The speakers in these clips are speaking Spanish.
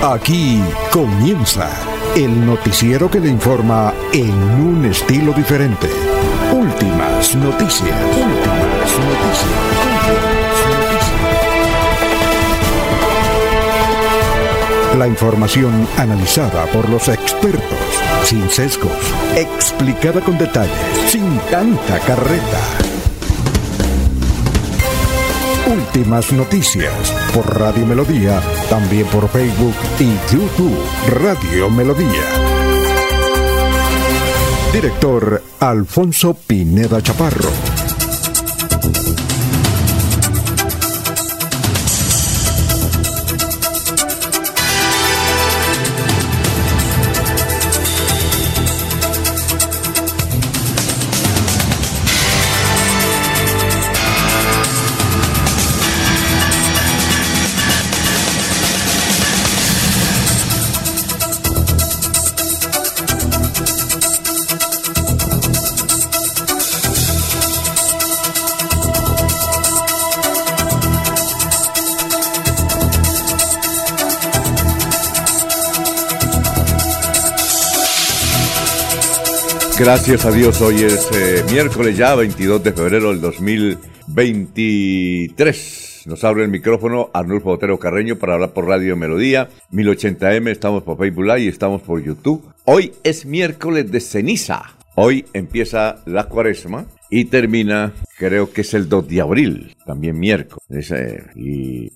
Aquí comienza el noticiero que le informa en un estilo diferente. Últimas noticias. La información analizada por los expertos, sin sesgos, explicada con detalles, sin tanta carreta. Últimas noticias por Radio Melodía, también por Facebook y YouTube Radio Melodía. Director Alfonso Pineda Chaparro. Gracias a Dios, hoy es miércoles ya, 22 de febrero del 2023. Nos abre el micrófono Arnulfo Otero Carreño para hablar por Radio Melodía, 1080M, estamos por Facebook Live y estamos por YouTube. Hoy es miércoles de ceniza. Hoy empieza la cuaresma y termina, creo que es el 2 de abril, también miércoles. El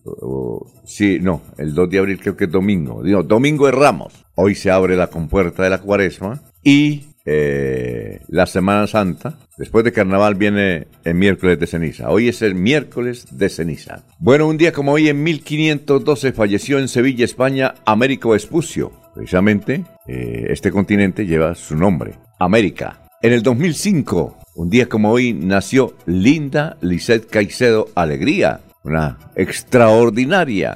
2 de abril creo que es domingo. Domingo de Ramos. Hoy se abre la compuerta de la cuaresma y la Semana Santa, después de Carnaval, viene el miércoles de ceniza. Hoy es el miércoles de ceniza. Bueno, un día como hoy, en 1512, falleció en Sevilla, España, Américo Vespucio. Precisamente, este continente lleva su nombre, América. En el 2005, un día como hoy, nació Linda Lisset Caicedo Alegría, una extraordinaria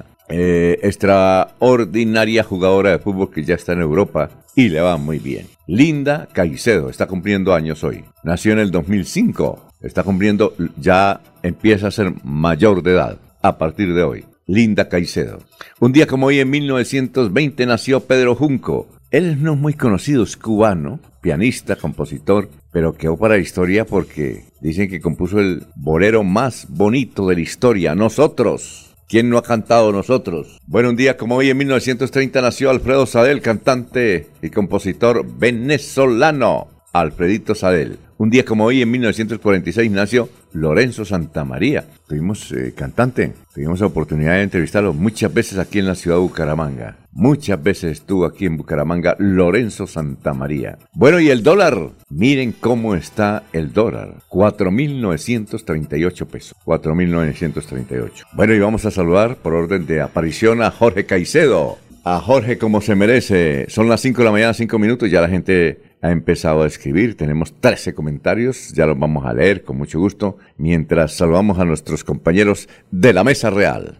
jugadora de fútbol que ya está en Europa y le va muy bien. Linda Caicedo está cumpliendo años hoy. Nació en el 2005. Ya empieza a ser mayor de edad a partir de hoy. Linda Caicedo. Un día como hoy, en 1920, nació Pedro Junco. Él no es muy conocido, es cubano, pianista, compositor, pero quedó para la historia porque dicen que compuso el bolero más bonito de la historia, Nosotros. ¿Quién no ha cantado Nosotros? Bueno, un día como hoy, en 1930, nació Alfredo Sadel, cantante y compositor venezolano. Alfredito Sadel. Un día como hoy, en 1946, nació Lorenzo Santamaría. Tuvimos cantante, tuvimos la oportunidad de entrevistarlo muchas veces aquí en la ciudad de Bucaramanga. Muchas veces estuvo aquí en Bucaramanga Lorenzo Santamaría. Bueno, y el dólar. Miren cómo está el dólar. 4.938 pesos. 4.938. Bueno, y vamos a saludar por orden de aparición a Jorge Caicedo. A Jorge como se merece. Son las 5 de la mañana, 5 minutos. Ya la gente ha empezado a escribir. Tenemos 13 comentarios. Ya los vamos a leer con mucho gusto. Mientras saludamos a nuestros compañeros de la Mesa Real.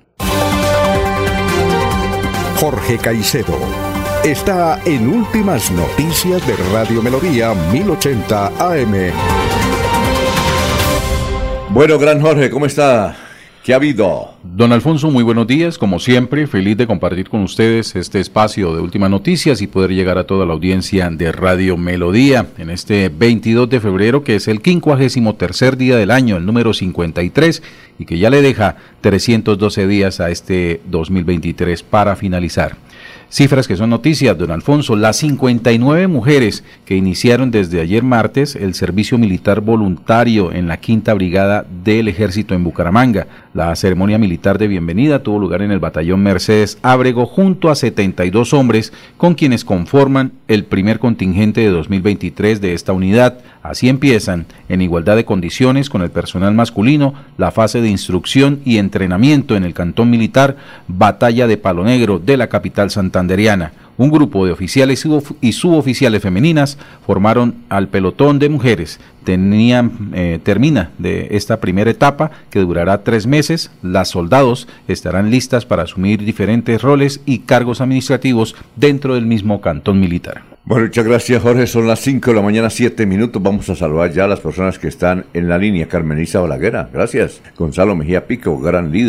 Jorge Caicedo está en Últimas Noticias de Radio Melodía 1080 AM. Bueno, gran Jorge, ¿cómo está? ¿Qué ha habido? Don Alfonso, muy buenos días. Como siempre, feliz de compartir con ustedes este espacio de Últimas Noticias y poder llegar a toda la audiencia de Radio Melodía en este 22 de febrero, que es el 53º día del año, el número 53, y que ya le deja 312 días a este 2023 para finalizar. Cifras que son noticias, don Alfonso. Las 59 mujeres que iniciaron desde ayer martes el servicio militar voluntario en la 5ª Brigada del Ejército en Bucaramanga. La ceremonia militar de bienvenida tuvo lugar en el batallón Mercedes Ábrego junto a 72 hombres con quienes conforman el primer contingente de 2023 de esta unidad. Así empiezan, en igualdad de condiciones con el personal masculino, la fase de instrucción y entrenamiento en el Cantón Militar Batalla de Palo Negro de la capital santanderiana. Un grupo de oficiales y suboficiales femeninas formaron al pelotón de mujeres. Termina de esta primera etapa, que durará 3 meses. Las soldados estarán listas para asumir diferentes roles y cargos administrativos dentro del mismo Cantón Militar. Bueno, muchas gracias, Jorge. Son las 5 de la mañana, 7 minutos. Vamos a saludar ya a las personas que están en la línea. Carmen Isa Balaguera, gracias. Gonzalo Mejía Pico, gran líder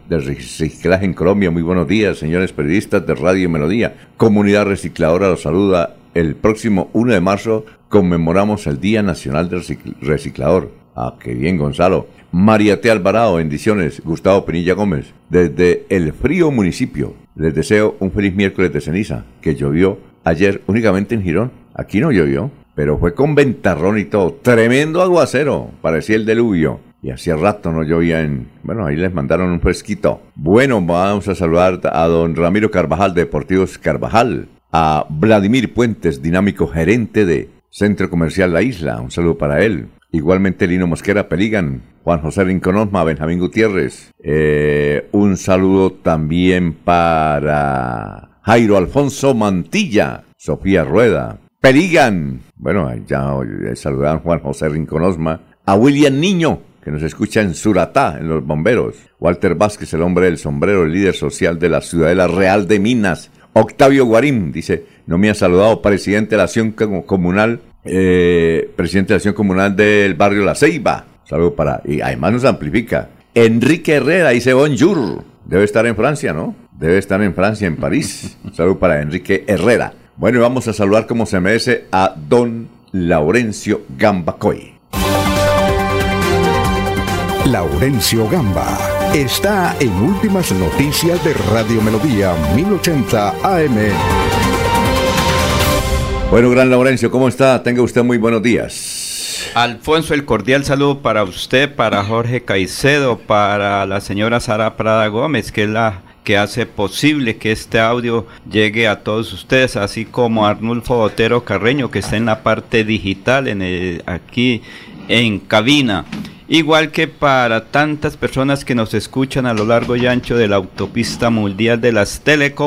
del reciclaje en Colombia. Muy buenos días, señores periodistas de Radio Melodía. Comunidad Recicladora los saluda. El próximo 1 de marzo conmemoramos el Día Nacional del Reciclador. Ah, qué bien, Gonzalo. María T. Alvarado, bendiciones. Gustavo Penilla Gómez, desde el frío municipio. Les deseo un feliz miércoles de ceniza, que llovió ayer únicamente en Girón. Aquí no llovió, pero fue con ventarrón y todo. Tremendo aguacero, parecía el diluvio. Y hacía rato no llovía Bueno, ahí les mandaron un fresquito. Bueno, vamos a saludar a don Ramiro Carvajal, de Deportivos Carvajal. A Vladimir Puentes, dinámico gerente de Centro Comercial La Isla. Un saludo para él. Igualmente Lino Mosquera Peligan, Juan José Rincón Osma, Benjamín Gutiérrez. Un saludo también para Jairo Alfonso Mantilla, Sofía Rueda, Peligan. Bueno, ya saludaron Juan José Rincón Osma. A William Niño, que nos escucha en Suratá, en Los Bomberos. Walter Vázquez, el hombre del sombrero, el líder social de la Ciudadela Real de Minas. Octavio Guarín, dice, no me ha saludado, presidente de la acción comunal, presidente de la acción comunal del barrio La Ceiba. Saludo para, y además nos amplifica. Enrique Herrera dice bonjour, debe estar en Francia, ¿no? Debe estar en Francia, en París. Saludo para Enrique Herrera. Bueno, y vamos a saludar como se merece a don Laurencio Gambacoy. Laurencio Gamba está en Últimas Noticias de Radio Melodía 1080 AM. Bueno, gran Laurencio, ¿cómo está? Tenga usted muy buenos días. Alfonso, el cordial saludo para usted, para Jorge Caicedo, para la señora Sara Prada Gómez, que es la que hace posible que este audio llegue a todos ustedes, así como a Arnulfo Otero Carreño, que está en la parte digital, aquí en cabina. Igual que para tantas personas que nos escuchan a lo largo y ancho de la autopista mundial de las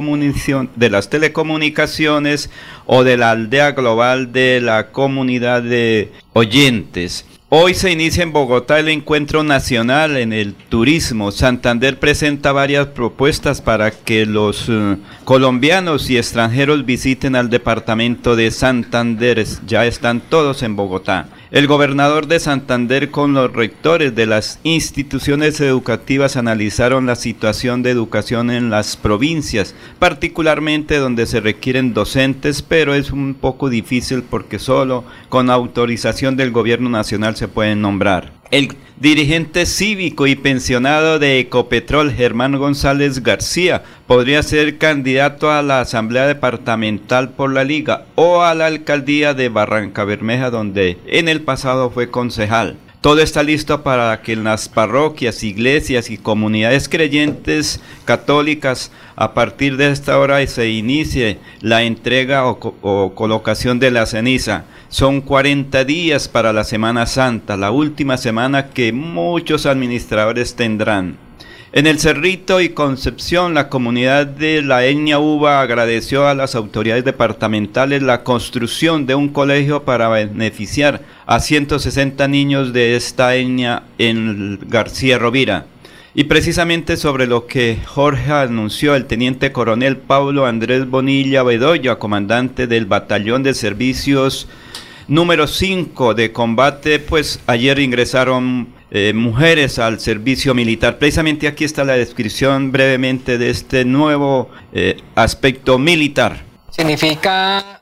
telecomunicaciones o de la aldea global de la comunidad de oyentes. Hoy se inicia en Bogotá el encuentro nacional en el turismo. Santander presenta varias propuestas para que los colombianos y extranjeros visiten al departamento de Santander. Ya están todos en Bogotá. El gobernador de Santander con los rectores de las instituciones educativas analizaron la situación de educación en las provincias, particularmente donde se requieren docentes, pero es un poco difícil porque solo con autorización del gobierno nacional se pueden nombrar. El dirigente cívico y pensionado de Ecopetrol, Germán González García, podría ser candidato a la Asamblea Departamental por la Liga o a la Alcaldía de Barrancabermeja, donde en el pasado fue concejal. Todo está listo para que en las parroquias, iglesias y comunidades creyentes católicas a partir de esta hora se inicie la entrega o colocación de la ceniza. Son 40 días para la Semana Santa, la última semana que muchos administradores tendrán. En el Cerrito y Concepción, la comunidad de la etnia Uva agradeció a las autoridades departamentales la construcción de un colegio para beneficiar a 160 niños de esta etnia en García Rovira. Y precisamente sobre lo que Jorge anunció, el teniente coronel Pablo Andrés Bonilla Bedoya, comandante del batallón de servicios número 5 de combate, pues ayer ingresaron mujeres al servicio militar. Precisamente aquí está la descripción brevemente de este nuevo aspecto militar. Significa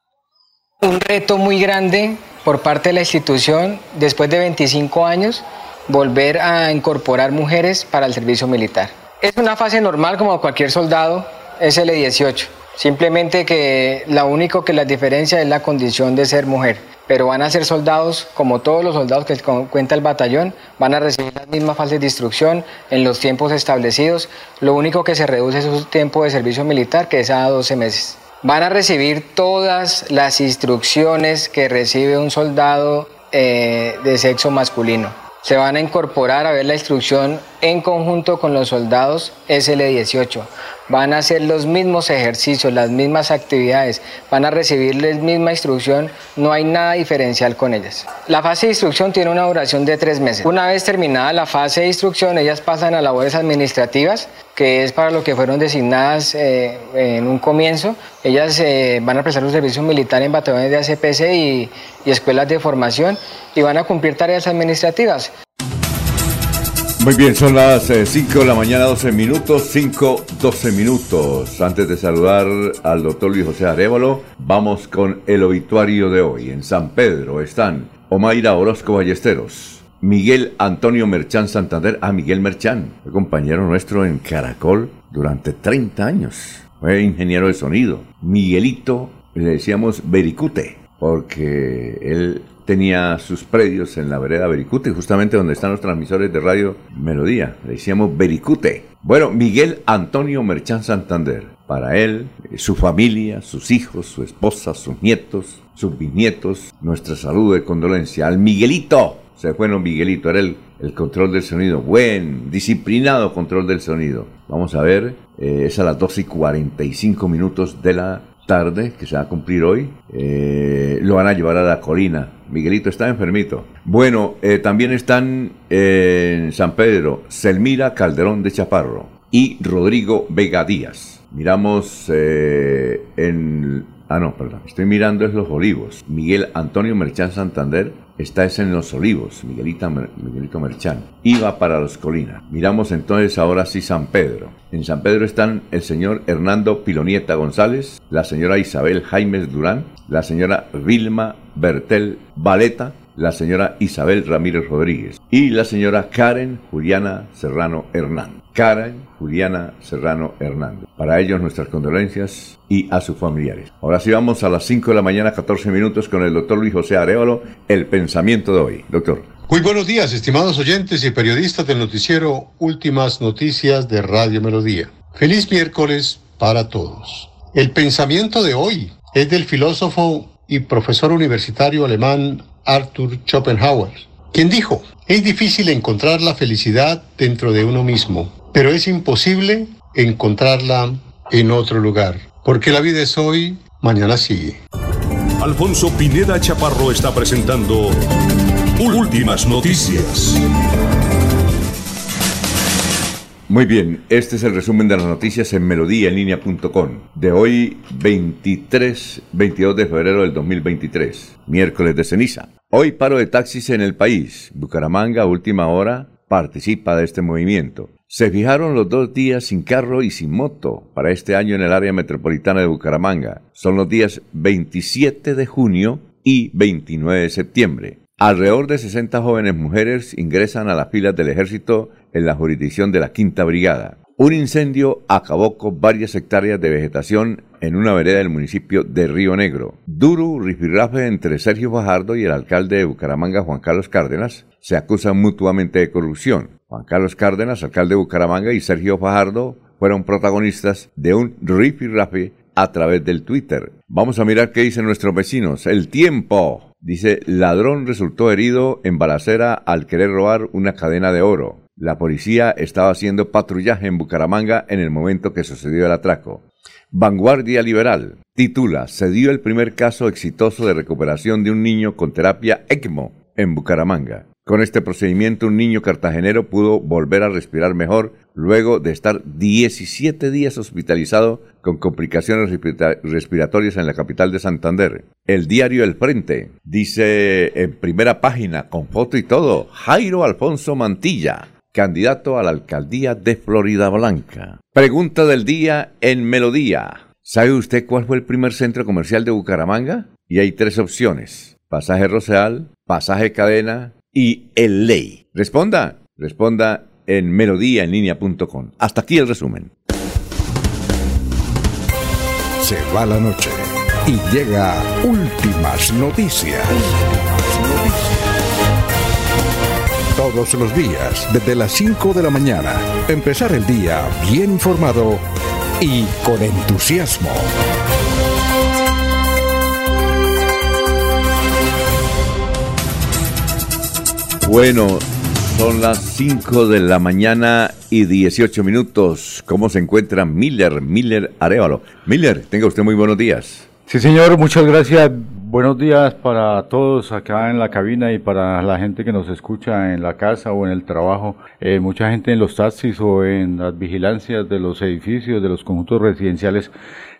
un reto muy grande por parte de la institución, después de 25 años, volver a incorporar mujeres para el servicio militar. Es una fase normal como cualquier soldado, es el L18. Simplemente que lo único que la diferencia es la condición de ser mujer. Pero van a ser soldados, como todos los soldados que cuenta el batallón, van a recibir las mismas fases de instrucción en los tiempos establecidos. Lo único que se reduce es su tiempo de servicio militar, que es a 12 meses. Van a recibir todas las instrucciones que recibe un soldado de sexo masculino. Se van a incorporar a ver la instrucción en conjunto con los soldados SL18. Van a hacer los mismos ejercicios, las mismas actividades, van a recibir la misma instrucción, no hay nada diferencial con ellas. La fase de instrucción tiene una duración de 3 meses. Una vez terminada la fase de instrucción, ellas pasan a labores administrativas, que es para lo que fueron designadas en un comienzo. Ellas van a prestar un servicio militar en batallones de ACPC y escuelas de formación y van a cumplir tareas administrativas. Muy bien, son las 5 de la mañana, 12 minutos, 5:12 minutos. Antes de saludar al doctor Luis José Arévalo, vamos con el obituario de hoy. En San Pedro están Omaira Orozco Ballesteros, Miguel Antonio Merchán Santander. Miguel Merchán, fue compañero nuestro en Caracol durante 30 años. Fue ingeniero de sonido. Miguelito, le decíamos Bericute, porque él tenía sus predios en la vereda Bericute, justamente donde están los transmisores de Radio Melodía. Le decíamos Bericute. Bueno, Miguel Antonio Merchán Santander. Para él, su familia, sus hijos, su esposa, sus nietos, sus bisnietos, nuestra salud de condolencia. Al Miguelito, se fue Miguelito, era el control del sonido. Buen, disciplinado control del sonido. Vamos a ver, es a las 12:45 minutos de la tarde, que se va a cumplir hoy. Lo van a llevar a la colina. Miguelito está enfermito. Bueno, también están en San Pedro Selmira Calderón de Chaparro y Rodrigo Vega Díaz. Miramos estoy mirando es Los Olivos. Miguel Antonio Merchán Santander está en Los Olivos. Miguelito Merchán iba para Los Colinas. Miramos entonces ahora sí San Pedro. En San Pedro están el señor Hernando Pilonieta González, la señora Isabel Jaimes Durán, la señora Vilma Bertel Valeta, la señora Isabel Ramírez Rodríguez y la señora Karen Juliana Serrano Hernández. Para ellos nuestras condolencias y a sus familiares. Ahora sí vamos a las 5 de la mañana, 14 minutos con el doctor Luis José Arévalo, el pensamiento de hoy. Doctor. Muy buenos días, estimados oyentes y periodistas del noticiero Últimas Noticias de Radio Melodía. Feliz miércoles para todos. El pensamiento de hoy es del filósofo y profesor universitario alemán Arthur Schopenhauer, quien dijo: es difícil encontrar la felicidad dentro de uno mismo, pero es imposible encontrarla en otro lugar, porque la vida es hoy, mañana sigue. Alfonso Pineda Chaparro está presentando Últimas Noticias. Muy bien, este es el resumen de las noticias en melodíaenlínea.com de hoy 22 de febrero del 2023, miércoles de ceniza. Hoy paro de taxis en el país. Bucaramanga, última hora, participa de este movimiento. Se fijaron los 2 días sin carro y sin moto para este año en el área metropolitana de Bucaramanga. Son los días 27 de junio y 29 de septiembre. Alrededor de 60 jóvenes mujeres ingresan a las filas del ejército en la jurisdicción de la Quinta Brigada. Un incendio acabó con varias hectáreas de vegetación en una vereda del municipio de Río Negro. Duro rifirrafe entre Sergio Fajardo y el alcalde de Bucaramanga, Juan Carlos Cárdenas, se acusan mutuamente de corrupción. Juan Carlos Cárdenas, alcalde de Bucaramanga, y Sergio Fajardo fueron protagonistas de un rifirrafe a través del Twitter. Vamos a mirar qué dicen nuestros vecinos. El Tiempo dice: ladrón resultó herido en balacera al querer robar una cadena de oro. La policía estaba haciendo patrullaje en Bucaramanga en el momento que sucedió el atraco. Vanguardia Liberal titula: se dio el primer caso exitoso de recuperación de un niño con terapia ECMO en Bucaramanga. Con este procedimiento, un niño cartagenero pudo volver a respirar mejor luego de estar 17 días hospitalizado con complicaciones respiratorias en la capital de Santander. El diario El Frente dice en primera página, con foto y todo: Jairo Alfonso Mantilla, candidato a la alcaldía de Floridablanca. Pregunta del día en Melodía: ¿sabe usted cuál fue el primer centro comercial de Bucaramanga? Y hay 3 opciones: Pasaje Roseal, Pasaje Cadena y El Ley. Responda en melodíaenlínea.com. Hasta aquí el resumen. Se va la noche y llega Últimas Noticias. Todos los días, desde las 5 de la mañana, empezar el día bien informado y con entusiasmo. Bueno, son las 5 de la mañana y 18 minutos. ¿Cómo se encuentra Miller Arévalo? Miller, tenga usted muy buenos días. Sí, señor, muchas gracias. Buenos días para todos acá en la cabina y para la gente que nos escucha en la casa o en el trabajo. Mucha gente en los taxis o en las vigilancias de los edificios, de los conjuntos residenciales,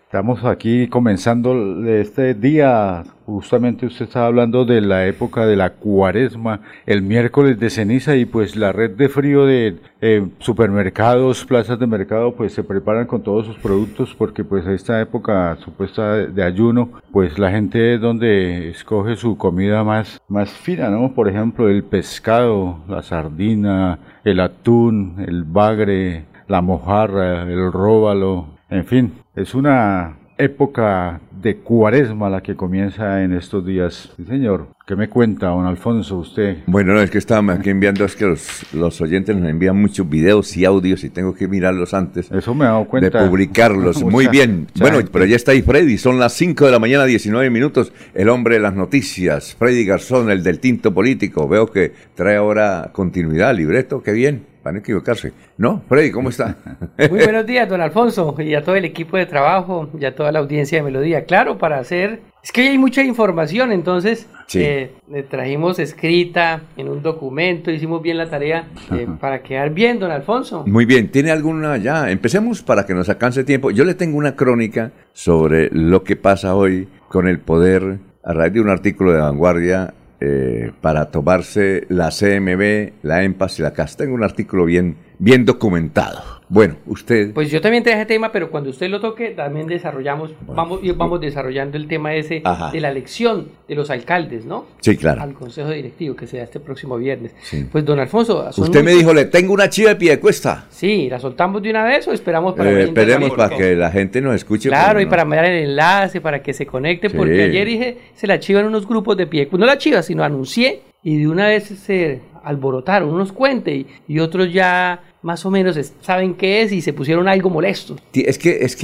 Estamos aquí comenzando este día, justamente usted estaba hablando de la época de la Cuaresma, el miércoles de ceniza, y pues la red de frío de supermercados, plazas de mercado, pues se preparan con todos sus productos, porque pues esta época supuesta de ayuno, pues la gente es donde escoge su comida más fina, ¿no? Por ejemplo, el pescado, la sardina, el atún, el bagre, la mojarra, el róbalo, en fin, es una época de Cuaresma la que comienza en estos días. Sí, señor. ¿Qué me cuenta, don Alfonso, usted? Bueno, no, es que estábamos aquí enviando, es que los oyentes nos envían muchos videos y audios y tengo que mirarlos antes. Eso me he dado cuenta. De publicarlos. Muy bien. Bueno, pero ya está ahí Freddy, son las 5 de la mañana, 19 minutos. El hombre de las noticias, Freddy Garzón, el del tinto político. Veo que trae ahora continuidad, libreto, qué bien. Van a equivocarse. ¿No? Freddy, ¿cómo está? Muy buenos días, don Alfonso, y a todo el equipo de trabajo, y a toda la audiencia de Melodía. Claro, para hacer... Es que hoy hay mucha información, entonces sí. Le trajimos escrita en un documento, hicimos bien la tarea para quedar bien, don Alfonso. Muy bien, ¿tiene alguna ya? Empecemos para que nos alcance tiempo. Yo le tengo una crónica sobre lo que pasa hoy con el poder, a raíz de un artículo de Vanguardia, para tomarse la CMB, la EMPAS y la CAS. Tengo un artículo bien documentado. Bueno, usted... Pues yo también traje tema, pero cuando usted lo toque, también desarrollamos, vamos desarrollando el tema ese de la elección de los alcaldes, ¿no? Sí, claro. Al Consejo Directivo, que sea este próximo viernes. Sí. Pues, don Alfonso... Usted me dijo, le tengo una chiva de Piedecuesta. Sí, ¿la soltamos de una vez o esperamos para... Esperemos para que la gente nos escuche. Claro, y para mandar el enlace, para que se conecte, sí. Porque ayer dije, se la chiva en unos grupos de Piedecuesta. No la chiva, sino anuncié, y de una vez se alborotaron unos cuentes y otros ya... más o menos saben qué es y se pusieron algo molestos. Es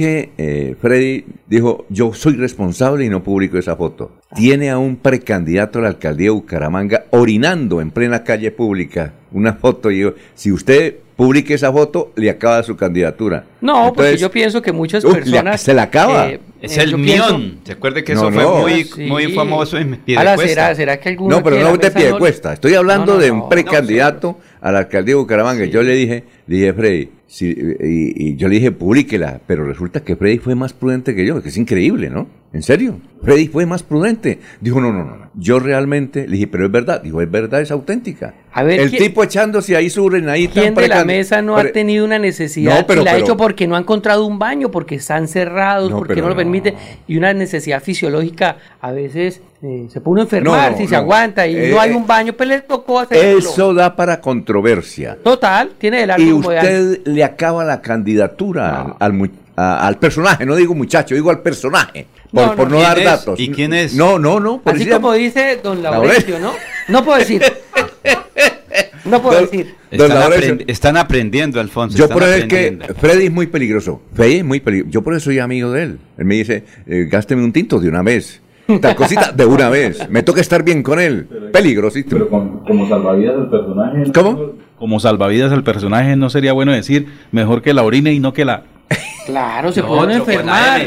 que Freddy dijo, yo soy responsable y no publico esa foto. Tiene a un precandidato a la alcaldía de Bucaramanga orinando en plena calle pública. Una foto, y yo, si usted publique esa foto, le acaba su candidatura. No, entonces, porque yo pienso que muchas personas... se la acaba. Es el Mion. ¿Se acuerda que eso fue muy famoso en Piedecuesta? ¿Será que alguno... No, pero no de Piedecuesta. Estoy hablando de un precandidato a la alcaldía de Bucaramanga. Sí. Yo le dije Freddy, y yo le dije, publíquela, pero resulta que Freddy fue más prudente que yo, que es increíble, ¿no? ¿En serio? Freddy fue más prudente. Dijo, no. Yo realmente, le dije, pero es verdad. Dijo, es verdad, es auténtica. A ver, el tipo echándose ahí su renadita. ¿Quién de la mesa no ha tenido una necesidad? No, la ha hecho porque no ha encontrado un baño, porque están cerrados, porque no lo permite, y una necesidad fisiológica. A veces se puede uno enfermar si se aguanta y no hay un baño, pues le tocó hacerlo. Eso da para controversia. Total, tiene el arco. Y usted le acaba la candidatura al personaje, no digo muchacho, digo al personaje, por no dar datos. ¿Y quién es? No. Así como dice don Laurencio, ¿no? No puedo decir. No puedo decir. Están aprendiendo, Alfonso. Yo por eso es que Freddy es muy peligroso. Yo por eso soy amigo de él. Él me dice, gásteme un tinto de una vez. Tal cosita de una vez. Me toca estar bien con él. Peligrosísimo. Pero como salvavidas del personaje. ¿Cómo? Como salvavidas del personaje, no sería bueno decir mejor que la orine y no que la... Claro, se puede enfermar.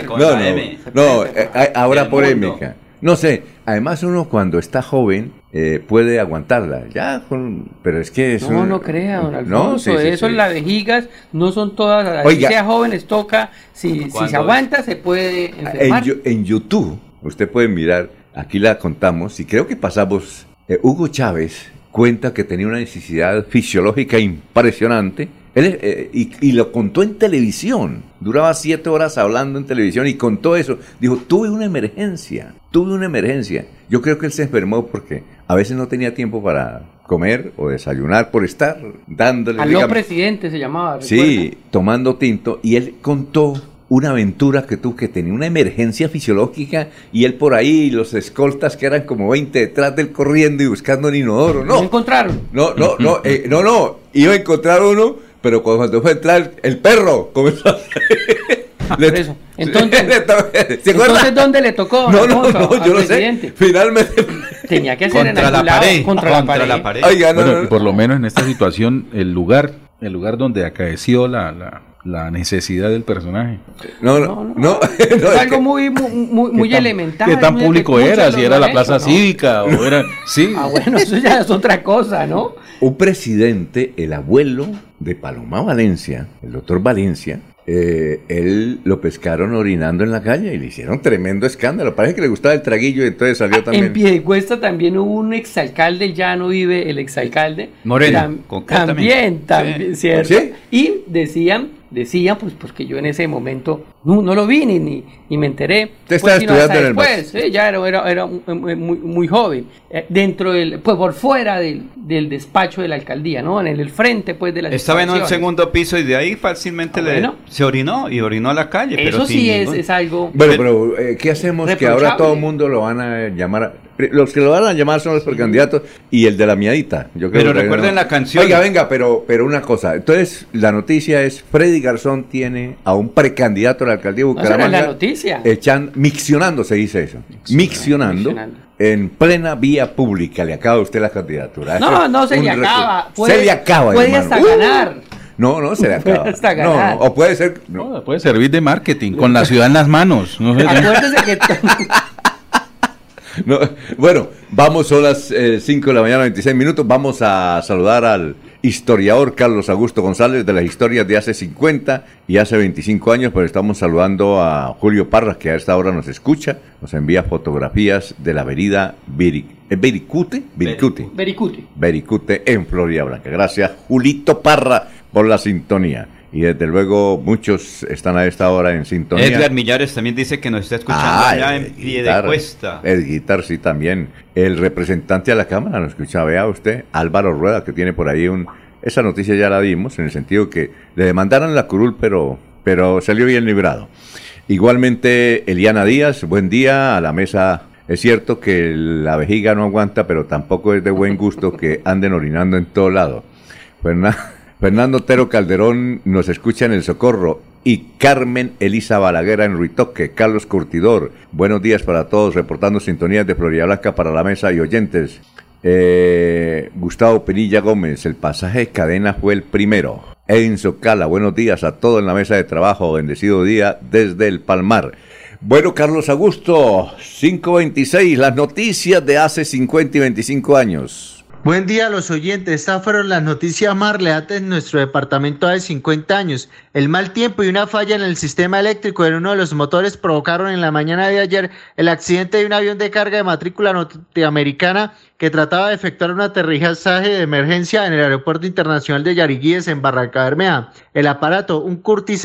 Ahora polémica. No sé, además uno cuando está joven puede aguantarla, pero es que eso... No crea, don Alfonso, eso en las vejigas no son todas, si sea joven les toca, si se aguanta se puede enfermar. En YouTube, usted puede mirar, aquí la contamos, y creo que pasamos, Hugo Chávez cuenta que tenía una necesidad fisiológica impresionante. Él, y lo contó en televisión, duraba 7 horas hablando en televisión y contó eso, dijo, tuve una emergencia, yo creo que él se enfermó porque a veces no tenía tiempo para comer o desayunar por estar dándole... Aló presidente se llamaba, ¿recuerda? Sí, tomando tinto, y él contó una aventura que tuvo, que tenía una emergencia fisiológica y él por ahí, los escoltas que eran como 20 detrás del corriendo y buscando un inodoro, ¿no? ¿No encontraron? No, iba a encontrar uno, pero cuando fue a entrar el perro comenzó a... Eso. Entonces, ¿dónde le tocó? No, yo lo sé. Finalmente tenía que ser contra la pared. Oiga, y por lo menos en esta situación el lugar donde acaeció la necesidad del personaje. No, es algo muy elemental. ¿Qué tan público era? Si era la plaza cívica o era... Sí. Bueno, eso ya es otra cosa, ¿no? Un presidente, el abuelo de Paloma Valencia, el doctor Valencia, él lo pescaron orinando en la calle y le hicieron tremendo escándalo. Parece que le gustaba el traguillo y entonces salió también. En Piedecuesta también hubo un exalcalde, ya no vive el exalcalde. Moreno, también, sí. ¿cierto? ¿Sí? Y decían, pues porque yo en ese momento no lo vi ni me enteré. Usted estaba estudiando en el después, ya era muy joven. Dentro del, pues por fuera del despacho de la alcaldía, ¿no? En el frente, pues, de la estaba en un segundo piso y de ahí fácilmente se orinó a la calle. Eso pero sí es algo. Bueno, pero ¿qué hacemos? Que ahora todo el mundo lo van a llamar. Los que lo van a llamar son los precandidatos y el de la miadita. Yo creo pero recuerden la canción. Oiga, venga, pero una cosa. Entonces, la noticia es: Freddy Garzón tiene a un precandidato a la alcaldía de Bucaramanga. No, es la noticia. Miccionando, se dice eso. Miccionando. En plena vía pública le acaba a usted la candidatura. No se le acaba. Se le acaba, puede hermano. hasta ganar. No se le acaba. Hasta ganar. O puede ser. Puede servir de marketing, con la ciudad en las manos. No sé. Acuérdese que. No, bueno, son las 5 de la mañana, 26 minutos. Vamos a saludar al historiador Carlos Augusto González de las historias de hace 50 y hace 25 años, pero estamos saludando a Julio Parras, que a esta hora nos escucha, nos envía fotografías de la avenida Bericute en Florida Blanca. Gracias, Julito Parra, por la sintonía. Y desde luego muchos están a esta hora en sintonía. Edgar Millares también dice que nos está escuchando allá en Piedecuesta. El Guitar, sí, también. El representante a la Cámara nos escucha, vea usted, Álvaro Rueda, que tiene por ahí esa noticia ya la vimos, en el sentido que le demandaron la curul, pero salió bien librado. Igualmente, Eliana Díaz, buen día a la mesa. Es cierto que la vejiga no aguanta, pero tampoco es de buen gusto que anden orinando en todo lado. Fernando Otero Calderón nos escucha en El Socorro y Carmen Elisa Balaguer en Ruitoque. Carlos Curtidor, buenos días para todos, reportando sintonías de Florida Blanca para la mesa y oyentes. Gustavo Penilla Gómez, el pasaje de cadena fue el primero. Enzo Cala, buenos días a todos en la mesa de trabajo, bendecido día desde el Palmar. Bueno, Carlos Augusto, 5:26, las noticias de hace 50 y 25 años. Buen día a los oyentes, estas fueron las noticias más relevantes en nuestro departamento hace 50 años. El mal tiempo y una falla en el sistema eléctrico de uno de los motores provocaron en la mañana de ayer el accidente de un avión de carga de matrícula norteamericana que trataba de efectuar un aterrizaje de emergencia en el Aeropuerto Internacional de Yariguíes en Barrancabermeja. El aparato, un Curtiss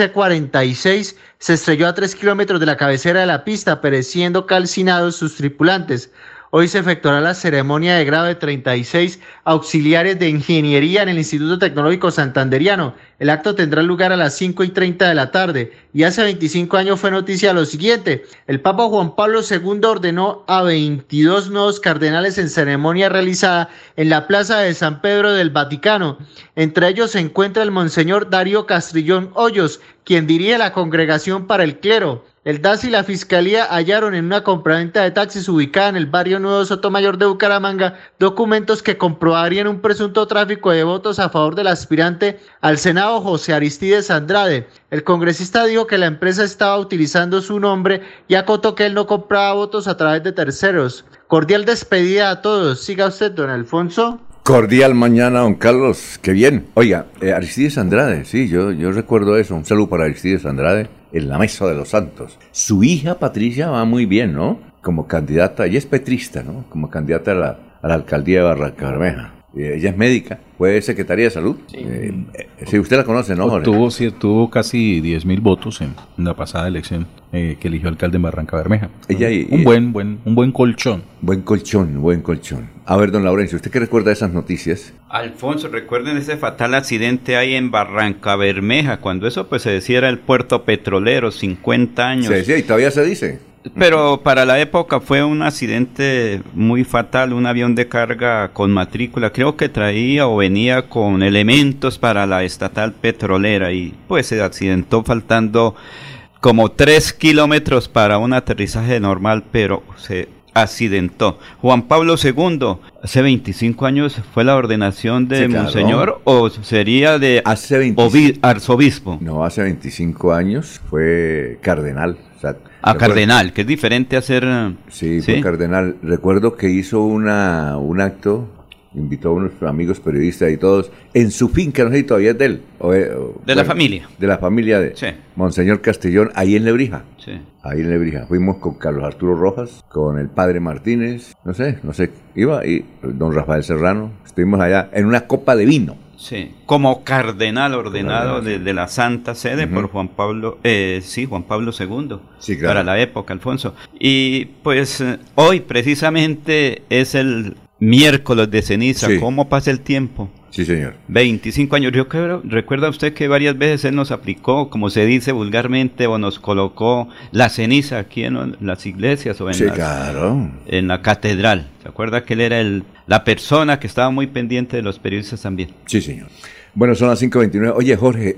C-46, se estrelló a 3 kilómetros de la cabecera de la pista, pereciendo calcinados sus tripulantes. Hoy se efectuará la ceremonia de grado de 36 auxiliares de ingeniería en el Instituto Tecnológico Santanderiano. El acto tendrá lugar a las 5:30 de la tarde. Y hace 25 años fue noticia lo siguiente. El Papa Juan Pablo II ordenó a 22 nuevos cardenales en ceremonia realizada en la Plaza de San Pedro del Vaticano. Entre ellos se encuentra el Monseñor Darío Castrillón Hoyos, quien dirige la Congregación para el Clero. El DAS y la Fiscalía hallaron en una compraventa de taxis ubicada en el barrio Nuevo Sotomayor de Bucaramanga documentos que comprobarían un presunto tráfico de votos a favor del aspirante al Senado José Aristides Andrade. El congresista dijo que la empresa estaba utilizando su nombre y acotó que él no compraba votos a través de terceros. Cordial despedida a todos. Siga usted, don Alfonso. Cordial mañana, don Carlos. Qué bien. Oiga, Aristides Andrade, sí, yo recuerdo eso. Un saludo para Aristides Andrade en la Mesa de los Santos. Su hija Patricia va muy bien, ¿no? Como candidata, ella es petrista, ¿no? Como candidata a la alcaldía de Barrancabermeja. Ella es médica, fue secretaria de salud. Sí, usted la conoce, ¿no, Jorge? Tuvo casi 10.000 votos en la pasada elección que eligió alcalde en Barrancabermeja. Un buen colchón. Buen colchón. A ver, don Laurencio, ¿usted qué recuerda de esas noticias? Alfonso, recuerden ese fatal accidente ahí en Barrancabermeja, cuando eso pues se decía era el puerto petrolero, 50 años. Se decía y todavía se dice. Pero para la época fue un accidente muy fatal, un avión de carga con matrícula, creo que traía o venía con elementos para la estatal petrolera y pues se accidentó faltando como 3 kilómetros para un aterrizaje normal, pero se accidentó. Juan Pablo II, hace 25 años fue la ordenación de Monseñor, o sería de arzobispo. No, hace 25 años fue cardenal. O sea, cardenal, que es diferente a ser... Sí, fue cardenal. Recuerdo que hizo un acto invitó a unos amigos periodistas y todos, en su finca, no sé si todavía es de él. De la familia. De la familia de Sí. Monseñor Castellón, ahí en Lebrija. Sí. Ahí en Lebrija. Fuimos con Carlos Arturo Rojas, con el padre Martínez, no sé, iba, y don Rafael Serrano. Estuvimos allá en una copa de vino. Sí, como cardenal ordenado de la Santa Sede por Juan Pablo II, Sí, claro. para la época, Alfonso. Y pues hoy precisamente es el miércoles de ceniza. Sí. ¿Cómo pasa el tiempo? Sí, señor. 25 años. Yo creo, recuerda usted que varias veces él nos aplicó, como se dice vulgarmente, o nos colocó la ceniza aquí en las iglesias o en, Sí, claro. en la catedral. ¿Se acuerda que él era la persona que estaba muy pendiente de los periodistas también? Sí, señor. Bueno, son las 5:29. Oye, Jorge,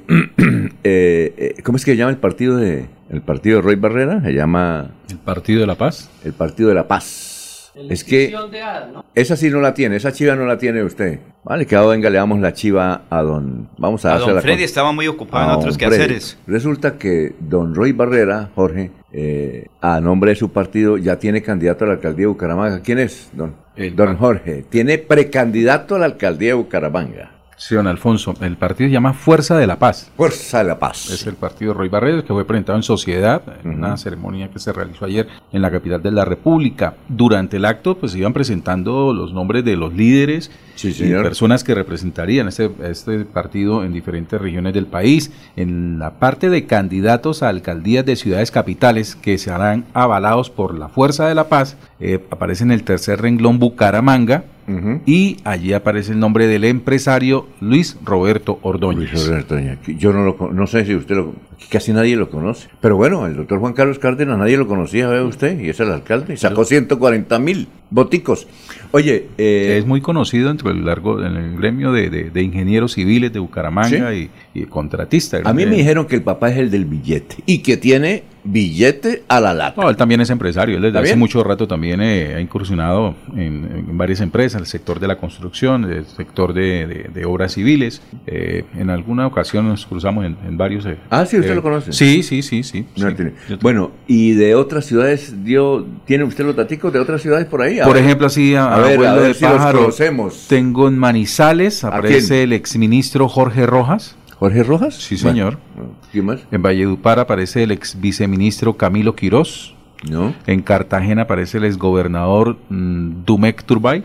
¿cómo es que se llama el partido de Roy Barrera? Se llama ¿El Partido de la Paz? el Partido de la Paz. Es que esa sí no la tiene, esa chiva no la tiene usted. Vale, que venga, le damos la chiva a don... Vamos a don Freddy estaba muy ocupado en otros quehaceres. Resulta que don Roy Barrera, Jorge, a nombre de su partido, ya tiene candidato a la alcaldía de Bucaramanga. ¿Quién es, don Jorge? Tiene precandidato a la alcaldía de Bucaramanga. Sí, don Alfonso, el partido se llama Fuerza de la Paz. Fuerza de la Paz. Es el partido Roy Barrera, que fue presentado en sociedad, en una ceremonia que se realizó ayer en la capital de la República. Durante el acto, pues se iban presentando los nombres de los líderes y personas que representarían este partido en diferentes regiones del país. En la parte de candidatos a alcaldías de ciudades capitales que serán avalados por la Fuerza de la Paz, aparece en el tercer renglón Bucaramanga. Y allí aparece el nombre del empresario Luis Roberto Ordóñez. Luis Roberto Ordóñez. Yo no sé si usted casi nadie lo conoce. Pero bueno, el doctor Juan Carlos Cárdenas nadie lo conocía, ve usted, y es el alcalde. Sacó 140,000 boticos. Oye, es muy conocido en el gremio de ingenieros civiles de Bucaramanga, ¿sí? y contratista. A mí me dijeron que el papá es el del billete y que tiene billete a la lata. No, él también es empresario. Él desde hace mucho rato también ha incursionado en varias empresas, el sector de la construcción, el sector de obras civiles. En alguna ocasión nos cruzamos en varios. Sí, ¿usted lo conoce? Sí. Bueno, ¿y de otras ciudades tiene usted los daticos de otras ciudades por ahí? Por ejemplo, así, a ver si los conocemos. Tengo en Manizales, aparece el exministro Jorge Rojas. ¿Jorge Rojas? Sí, señor. ¿Quién más? En Valledupar aparece el ex viceministro Camilo Quirós. No. En Cartagena aparece el exgobernador Dumec Turbay.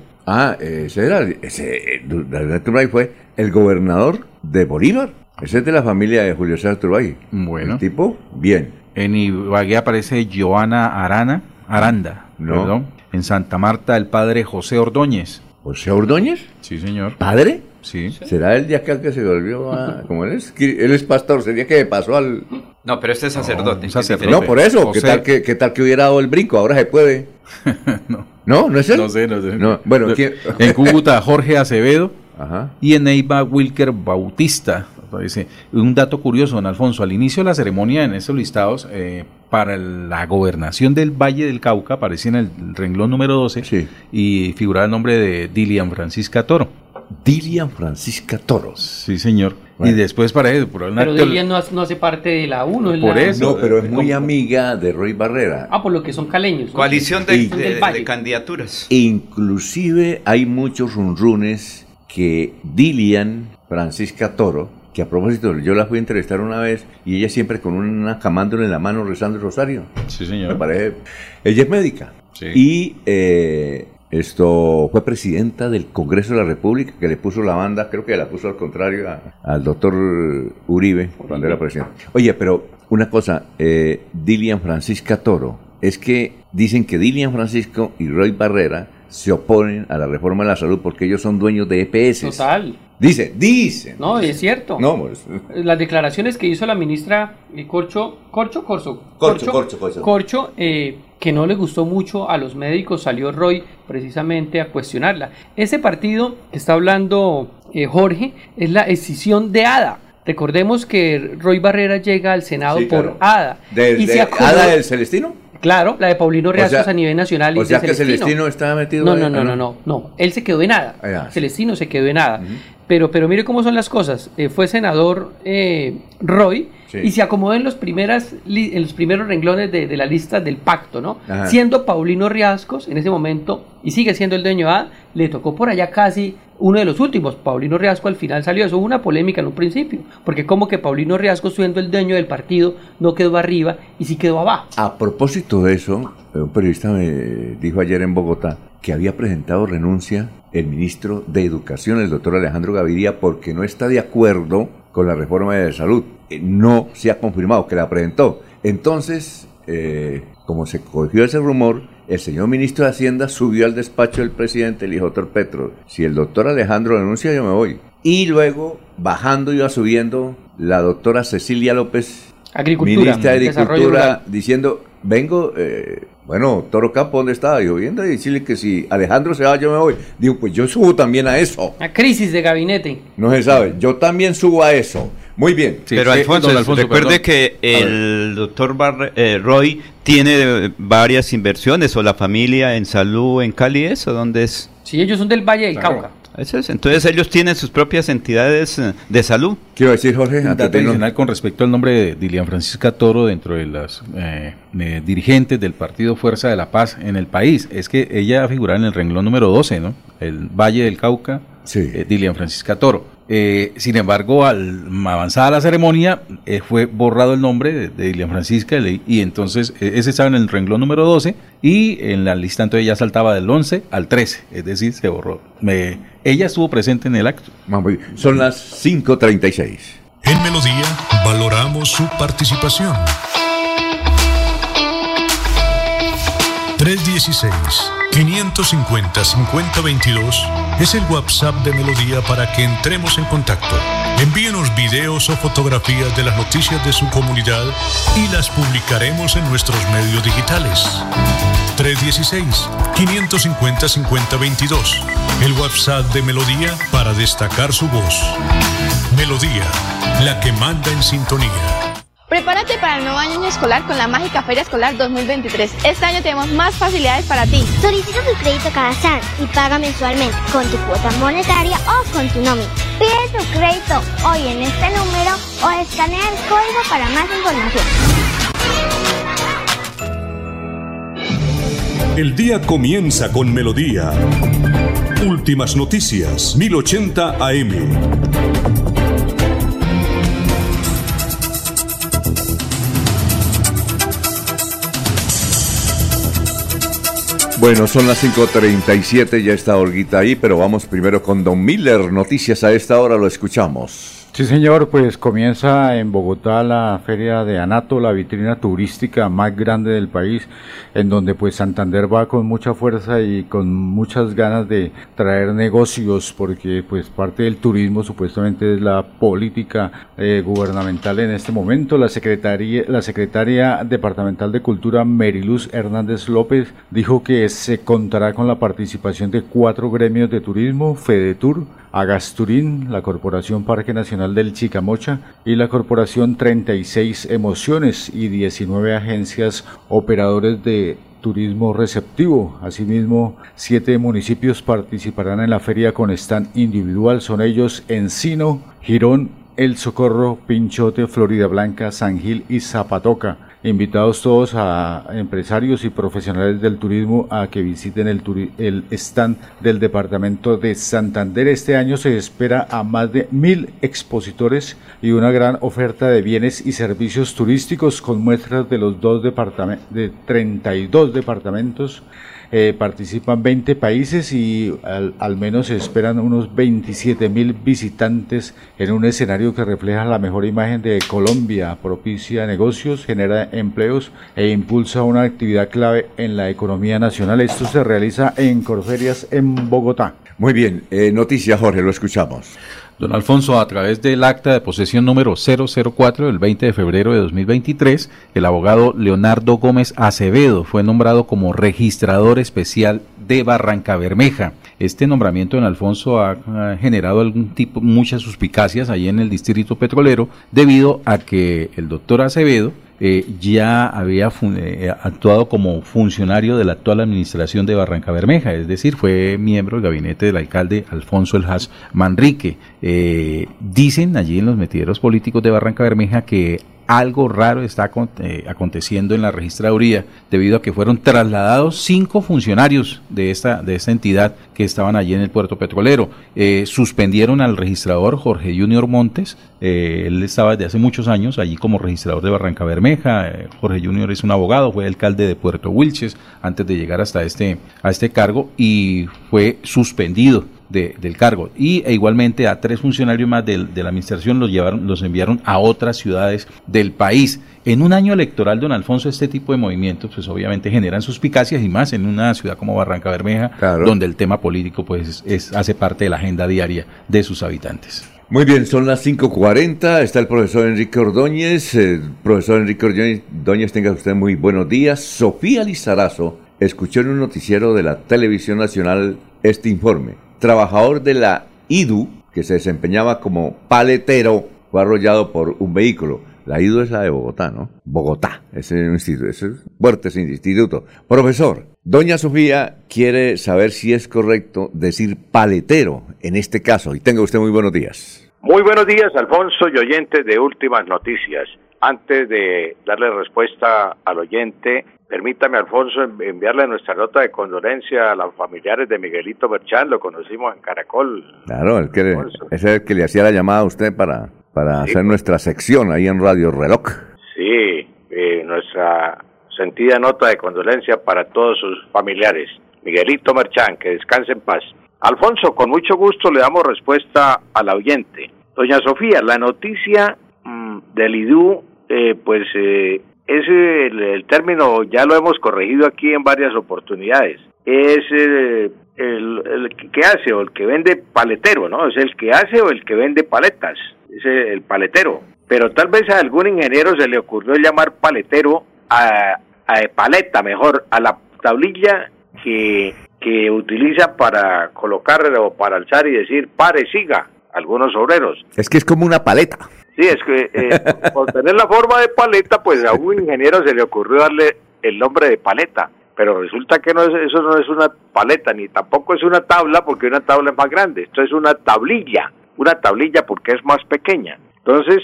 Dumec Turbay fue el gobernador de Bolívar. Ese es de la familia de Julio César Turbay. Bueno. El tipo, bien. En Ibagué aparece Joana Aranda. No. Perdón. En Santa Marta el padre José Ordóñez. ¿José Ordóñez? Sí, señor. ¿Padre? Sí. ¿Será el de acá que se volvió a... ¿Cómo él es? Él es pastor, sería que pasó al... No, pero este es sacerdote. No, por eso. ¿Qué tal que hubiera dado el brinco? Ahora se puede. ¿No es él? No sé. No. Bueno, ¿quién? En Cúcuta, Jorge Acevedo. Ajá. Y en Neiva, Wilker Bautista. Aparece. Un dato curioso, don Alfonso. Al inicio de la ceremonia, en estos listados, para la gobernación del Valle del Cauca, aparecía en el renglón número 12, sí, y figuraba el nombre de Dilian Francisca Toro. Dilian Francisca Toro. Sí, señor. Bueno. Y después para eso. Pero Dilian no hace parte de la 1. Por eso. No, pero es muy amiga de Roy Barrera. Por lo que son caleños, ¿no? Coalición de candidaturas. Inclusive hay muchos runrunes que Dilian Francisca Toro, que a propósito yo la fui a entrevistar una vez y ella siempre con una camándula en la mano rezando el rosario. Sí, señor. Me parece. Ella es médica. Sí. Y fue presidenta del Congreso de la República, que le puso la banda, creo que la puso al contrario al doctor Uribe cuando era presidente. Oye, pero una cosa, Dilian Francisca Toro, es que dicen que Dilian Francisco y Roy Barrera se oponen a la reforma de la salud porque ellos son dueños de EPS. Total. Dicen. No, es cierto. No, pues. Las declaraciones que hizo la ministra Corcho, que no le gustó mucho a los médicos, salió Roy precisamente a cuestionarla. Ese partido que está hablando Jorge es la escisión de ADA. Recordemos que Roy Barrera llega al Senado por ADA. ¿ADA del Celestino? Claro, la de Paulino Riascos a nivel nacional. O sea que Celestino estaba metido. No, él se quedó de nada. Celestino se quedó de nada. Pero mire cómo son las cosas. Fue senador Roy, sí, y se acomodó en los primeros renglones de la lista del pacto, ¿no? Ajá. Siendo Paulino Riascos en ese momento, y sigue siendo el dueño A, le tocó por allá casi uno de los últimos. Paulino Riascos al final salió. Eso hubo una polémica en un principio, porque como que Paulino Riascos, siendo el dueño del partido, no quedó arriba y sí quedó abajo. A propósito de eso, un periodista me dijo ayer en Bogotá que había presentado renuncia el ministro de Educación, el doctor Alejandro Gaviria, porque no está de acuerdo con la reforma de salud. No se ha confirmado que la presentó. Entonces, como se cogió ese rumor, el señor ministro de Hacienda subió al despacho del presidente y le dijo: doctor Petro, si el doctor Alejandro renuncia, yo me voy. Y luego, bajando, iba subiendo la doctora Cecilia López, ministra de Agricultura, diciendo: vengo, Toro Campo, ¿dónde estaba? Yo viendo y decirle que si Alejandro se va, yo me voy. Digo, pues yo subo también a eso. Una crisis de gabinete. No se sabe, yo también subo a eso. Muy bien. Sí, pero Alfonso, recuerde que el doctor Roy tiene varias inversiones, o la familia en salud en Cali, ¿eso dónde es? Sí, ellos son del Valle del Cauca. Eso es. Entonces ellos tienen sus propias entidades de salud. Quiero decir, Jorge, un dato adicional con respecto al nombre de Dilian Francisca Toro dentro de las dirigentes del Partido Fuerza de la Paz en el país, es que ella figuraba en el renglón número 12, ¿no? El Valle del Cauca, sí. Dilian Francisca Toro. Sin embargo, al avanzada la ceremonia, fue borrado el nombre de Dilian Francisca, y entonces ese estaba en el renglón número 12, y en la lista entonces ya saltaba del 11 al 13, es decir, se borró. Ella estuvo presente en el acto. Son las 5:36. En Melodía valoramos su participación. 316-550-5022 es el WhatsApp de Melodía para que entremos en contacto. Envíenos videos o fotografías de las noticias de su comunidad y las publicaremos en nuestros medios digitales. 316-550-5022, el WhatsApp de Melodía para destacar su voz. Melodía, la que manda en sintonía. Prepárate para el nuevo año escolar con la mágica Feria Escolar 2023. Este año tenemos más facilidades para ti. Solicita tu crédito cada SAN y paga mensualmente con tu cuota monetaria o con tu nómina. Pide tu crédito hoy en este número o escanea el código para más información. El día comienza con Melodía. Últimas noticias, 1080 AM. Bueno, son las 5:37, ya está Olguita ahí, pero vamos primero con Don Miller. Noticias a esta hora, lo escuchamos. Sí, señor, pues comienza en Bogotá la Feria de Anato, la vitrina turística más grande del país, en donde pues Santander va con mucha fuerza y con muchas ganas de traer negocios, porque pues parte del turismo supuestamente es la política gubernamental en este momento. La secretaria departamental de Cultura, Meriluz Hernández López, dijo que se contará con la participación de 4 gremios de turismo: Fedetur, Agasturín, la Corporación Parque Nacional del Chicamocha y la Corporación 36 Emociones, y 19 agencias operadores de turismo receptivo. Asimismo, 7 municipios participarán en la feria con stand individual. Son ellos Encino, Girón, El Socorro, Pinchote, Florida Blanca, San Gil y Zapatoca. Invitados todos a empresarios y profesionales del turismo a que visiten el stand del departamento de Santander. Este año se espera a más de 1000 expositores y una gran oferta de bienes y servicios turísticos con muestras de los 32 departamentos. Participan 20 países y al menos se esperan unos 27.000 visitantes en un escenario que refleja la mejor imagen de Colombia, propicia negocios, genera empleos e impulsa una actividad clave en la economía nacional. Esto se realiza en Corferias en Bogotá. Muy bien, noticias, Jorge, lo escuchamos. Don Alfonso, a través del acta de posesión número 004 del 20 de febrero de 2023, el abogado Leonardo Gómez Acevedo fue nombrado como registrador especial de Barrancabermeja. Este nombramiento, don Alfonso, ha generado muchas suspicacias allí en el distrito petrolero, debido a que el doctor Acevedo ya había actuado como funcionario de la actual administración de Barranca Bermeja, es decir, fue miembro del gabinete del alcalde Alfonso El Haz Manrique. Dicen allí en los metideros políticos de Barranca Bermeja que algo raro está aconteciendo en la registraduría debido a que fueron trasladados 5 funcionarios de esta entidad que estaban allí en el puerto petrolero. Suspendieron al registrador Jorge Junior Montes. Él estaba desde hace muchos años allí como registrador de Barranca Bermeja. Jorge Junior es un abogado, fue alcalde de Puerto Wilches antes de llegar hasta a este cargo y fue suspendido del cargo, e igualmente a 3 funcionarios más de la administración los enviaron a otras ciudades del país. En un año electoral, don Alfonso, este tipo de movimientos pues obviamente generan suspicacias, y más en una ciudad como Barranca Bermeja, claro, donde el tema político pues hace parte de la agenda diaria de sus habitantes. Muy bien, son las 5:40, está el profesor Enrique Ordóñez. Profesor Enrique Ordóñez, tenga usted muy buenos días. Sofía Lizarazo escuchó en un noticiero de la Televisión Nacional este informe. Trabajador de la IDU, que se desempeñaba como paletero, fue arrollado por un vehículo. La IDU es la de Bogotá, ¿no? Bogotá, ese es fuerte ese instituto. Profesor, doña Sofía quiere saber si es correcto decir paletero en este caso, y tenga usted muy buenos días. Muy buenos días, Alfonso y oyentes de Últimas Noticias. Antes de darle respuesta al oyente, permítame, Alfonso, enviarle nuestra nota de condolencia a los familiares de Miguelito Merchán. Lo conocimos en Caracol. Claro, ese es el que le hacía la llamada a usted para sí, hacer nuestra sección ahí en Radio Reloj. Sí, nuestra sentida nota de condolencia para todos sus familiares. Miguelito Merchán, que descanse en paz. Alfonso, con mucho gusto le damos respuesta al oyente. Doña Sofía, la noticia del IDU, es el término, ya lo hemos corregido aquí en varias oportunidades. Es el que hace o el que vende paletero, ¿no? Es el que hace o el que vende paletas. Es el paletero. Pero tal vez a algún ingeniero se le ocurrió llamar paletero a paleta, mejor, a la tablilla que utiliza para colocar o para alzar y decir pare, siga, algunos obreros. Es que es como una paleta. Sí, es que por tener la forma de paleta, pues a un ingeniero se le ocurrió darle el nombre de paleta, pero resulta que eso no es una paleta, ni tampoco es una tabla, porque una tabla es más grande. Esto es una tablilla porque es más pequeña. Entonces,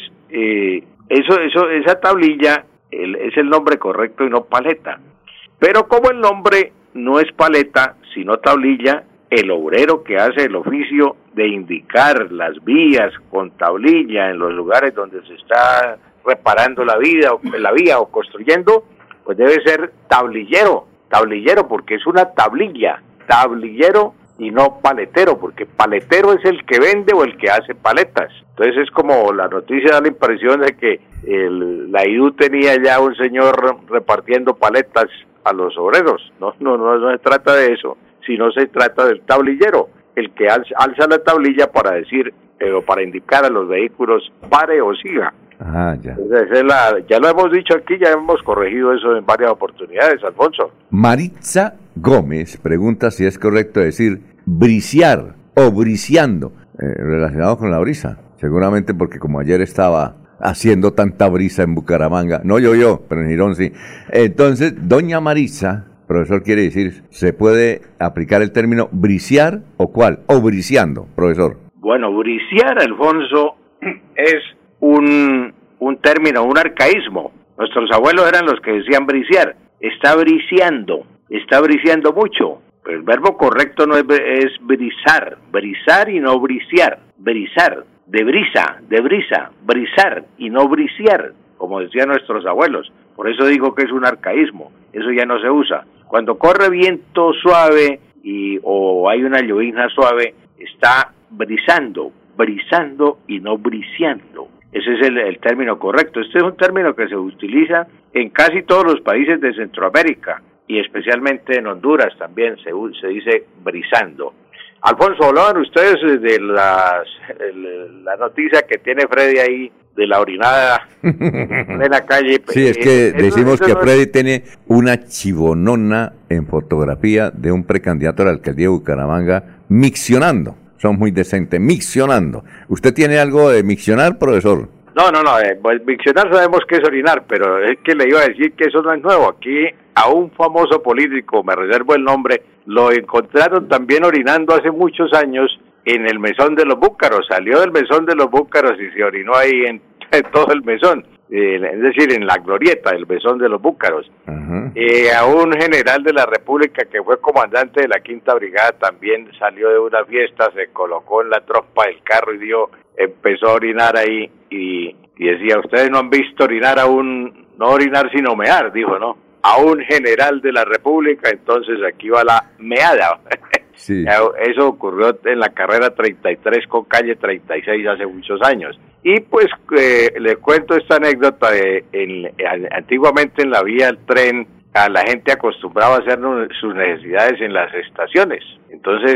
esa tablilla es el nombre correcto y no paleta. Pero como el nombre no es paleta, sino tablilla, el obrero que hace el oficio de indicar las vías con tablilla en los lugares donde se está reparando la vía o construyendo, pues debe ser tablillero porque es una tablillero y no paletero, porque paletero es el que vende o el que hace paletas. Entonces es como la noticia da la impresión de que la IDU tenía ya un señor repartiendo paletas a los obreros. No se trata de eso, sino se trata del tablillero, el que alza la tablilla para decir o para indicar a los vehículos pare o siga. Ah, ya. Entonces, ya lo hemos dicho aquí, ya hemos corregido eso en varias oportunidades, Alfonso. Maritza Gómez pregunta si es correcto decir briciar o briciando, relacionado con la brisa. Seguramente porque como ayer estaba haciendo tanta brisa en Bucaramanga, no yo, pero en Girón sí. Entonces, doña Maritza, profesor, quiere decir, ¿se puede aplicar el término briciar o cuál? O briciando, profesor. Bueno, briciar, Alfonso, es un término, un arcaísmo. Nuestros abuelos eran los que decían briciar. Está briciando mucho. Pero el verbo correcto no es brisar y no briciar. Brisar, de brisa, brisar y no briciar, como decían nuestros abuelos. Por eso digo que es un arcaísmo. Eso ya no se usa. Cuando corre viento suave o hay una llovizna suave, está brisando y no briciando. Ese es el término correcto. Este es un término que se utiliza en casi todos los países de Centroamérica y especialmente en Honduras también se dice brisando. Alfonso, hablaban ustedes de la noticia que tiene Freddy ahí de la orinada de la calle. Sí, es que decimos que Freddy tiene una chivonona en fotografía de un precandidato a la alcaldía de Bucaramanga miccionando. Son muy decentes, miccionando. ¿Usted tiene algo de miccionar, profesor? No, pues miccionar sabemos que es orinar, pero es que le iba a decir que eso no es nuevo. Aquí a un famoso político, me reservo el nombre, lo encontraron también orinando hace muchos años en el mesón de los Búcaros. Salió del mesón de los Búcaros y se orinó ahí en todo el mesón, es decir, en la glorieta del mesón de los Búcaros. A un general de la República que fue comandante de la Quinta Brigada también salió de una fiesta, se colocó en la trompa del carro y empezó a orinar ahí y decía, ustedes no han visto orinar no orinar sino mear, dijo, ¿no? A un general de la República, entonces aquí va la meada. Sí. Eso ocurrió en la carrera 33 con calle 36 hace muchos años. Y pues les cuento esta anécdota antiguamente en la vía del tren a la gente acostumbraba a hacer sus necesidades en las estaciones. Entonces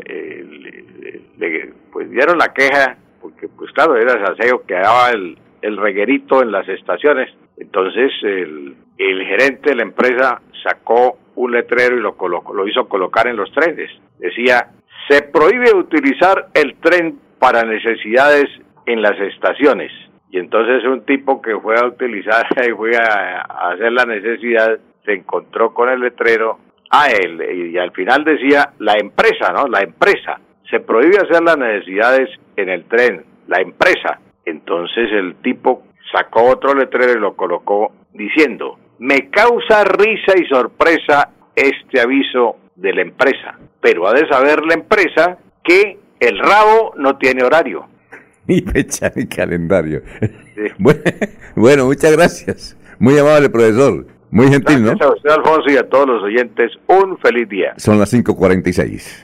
pues dieron la queja porque pues claro era el aseo que daba el reguerito en las estaciones. Entonces el gerente de la empresa sacó un letrero y lo hizo colocar en los trenes. Decía, se prohíbe utilizar el tren para necesidades en las estaciones. Y entonces un tipo que fue a hacer la necesidad, se encontró con el letrero, y al final decía, la empresa, ¿no? La empresa. Se prohíbe hacer las necesidades en el tren, la empresa. Entonces el tipo sacó otro letrero y lo colocó diciendo, me causa risa y sorpresa este aviso de la empresa, pero ha de saber la empresa que el rabo no tiene horario. Y fecha ni calendario. Sí. Bueno, muchas gracias. Muy amable, profesor. Muy gentil, gracias, ¿no? A usted, Alfonso, y a todos los oyentes, un feliz día. Son las 5:46.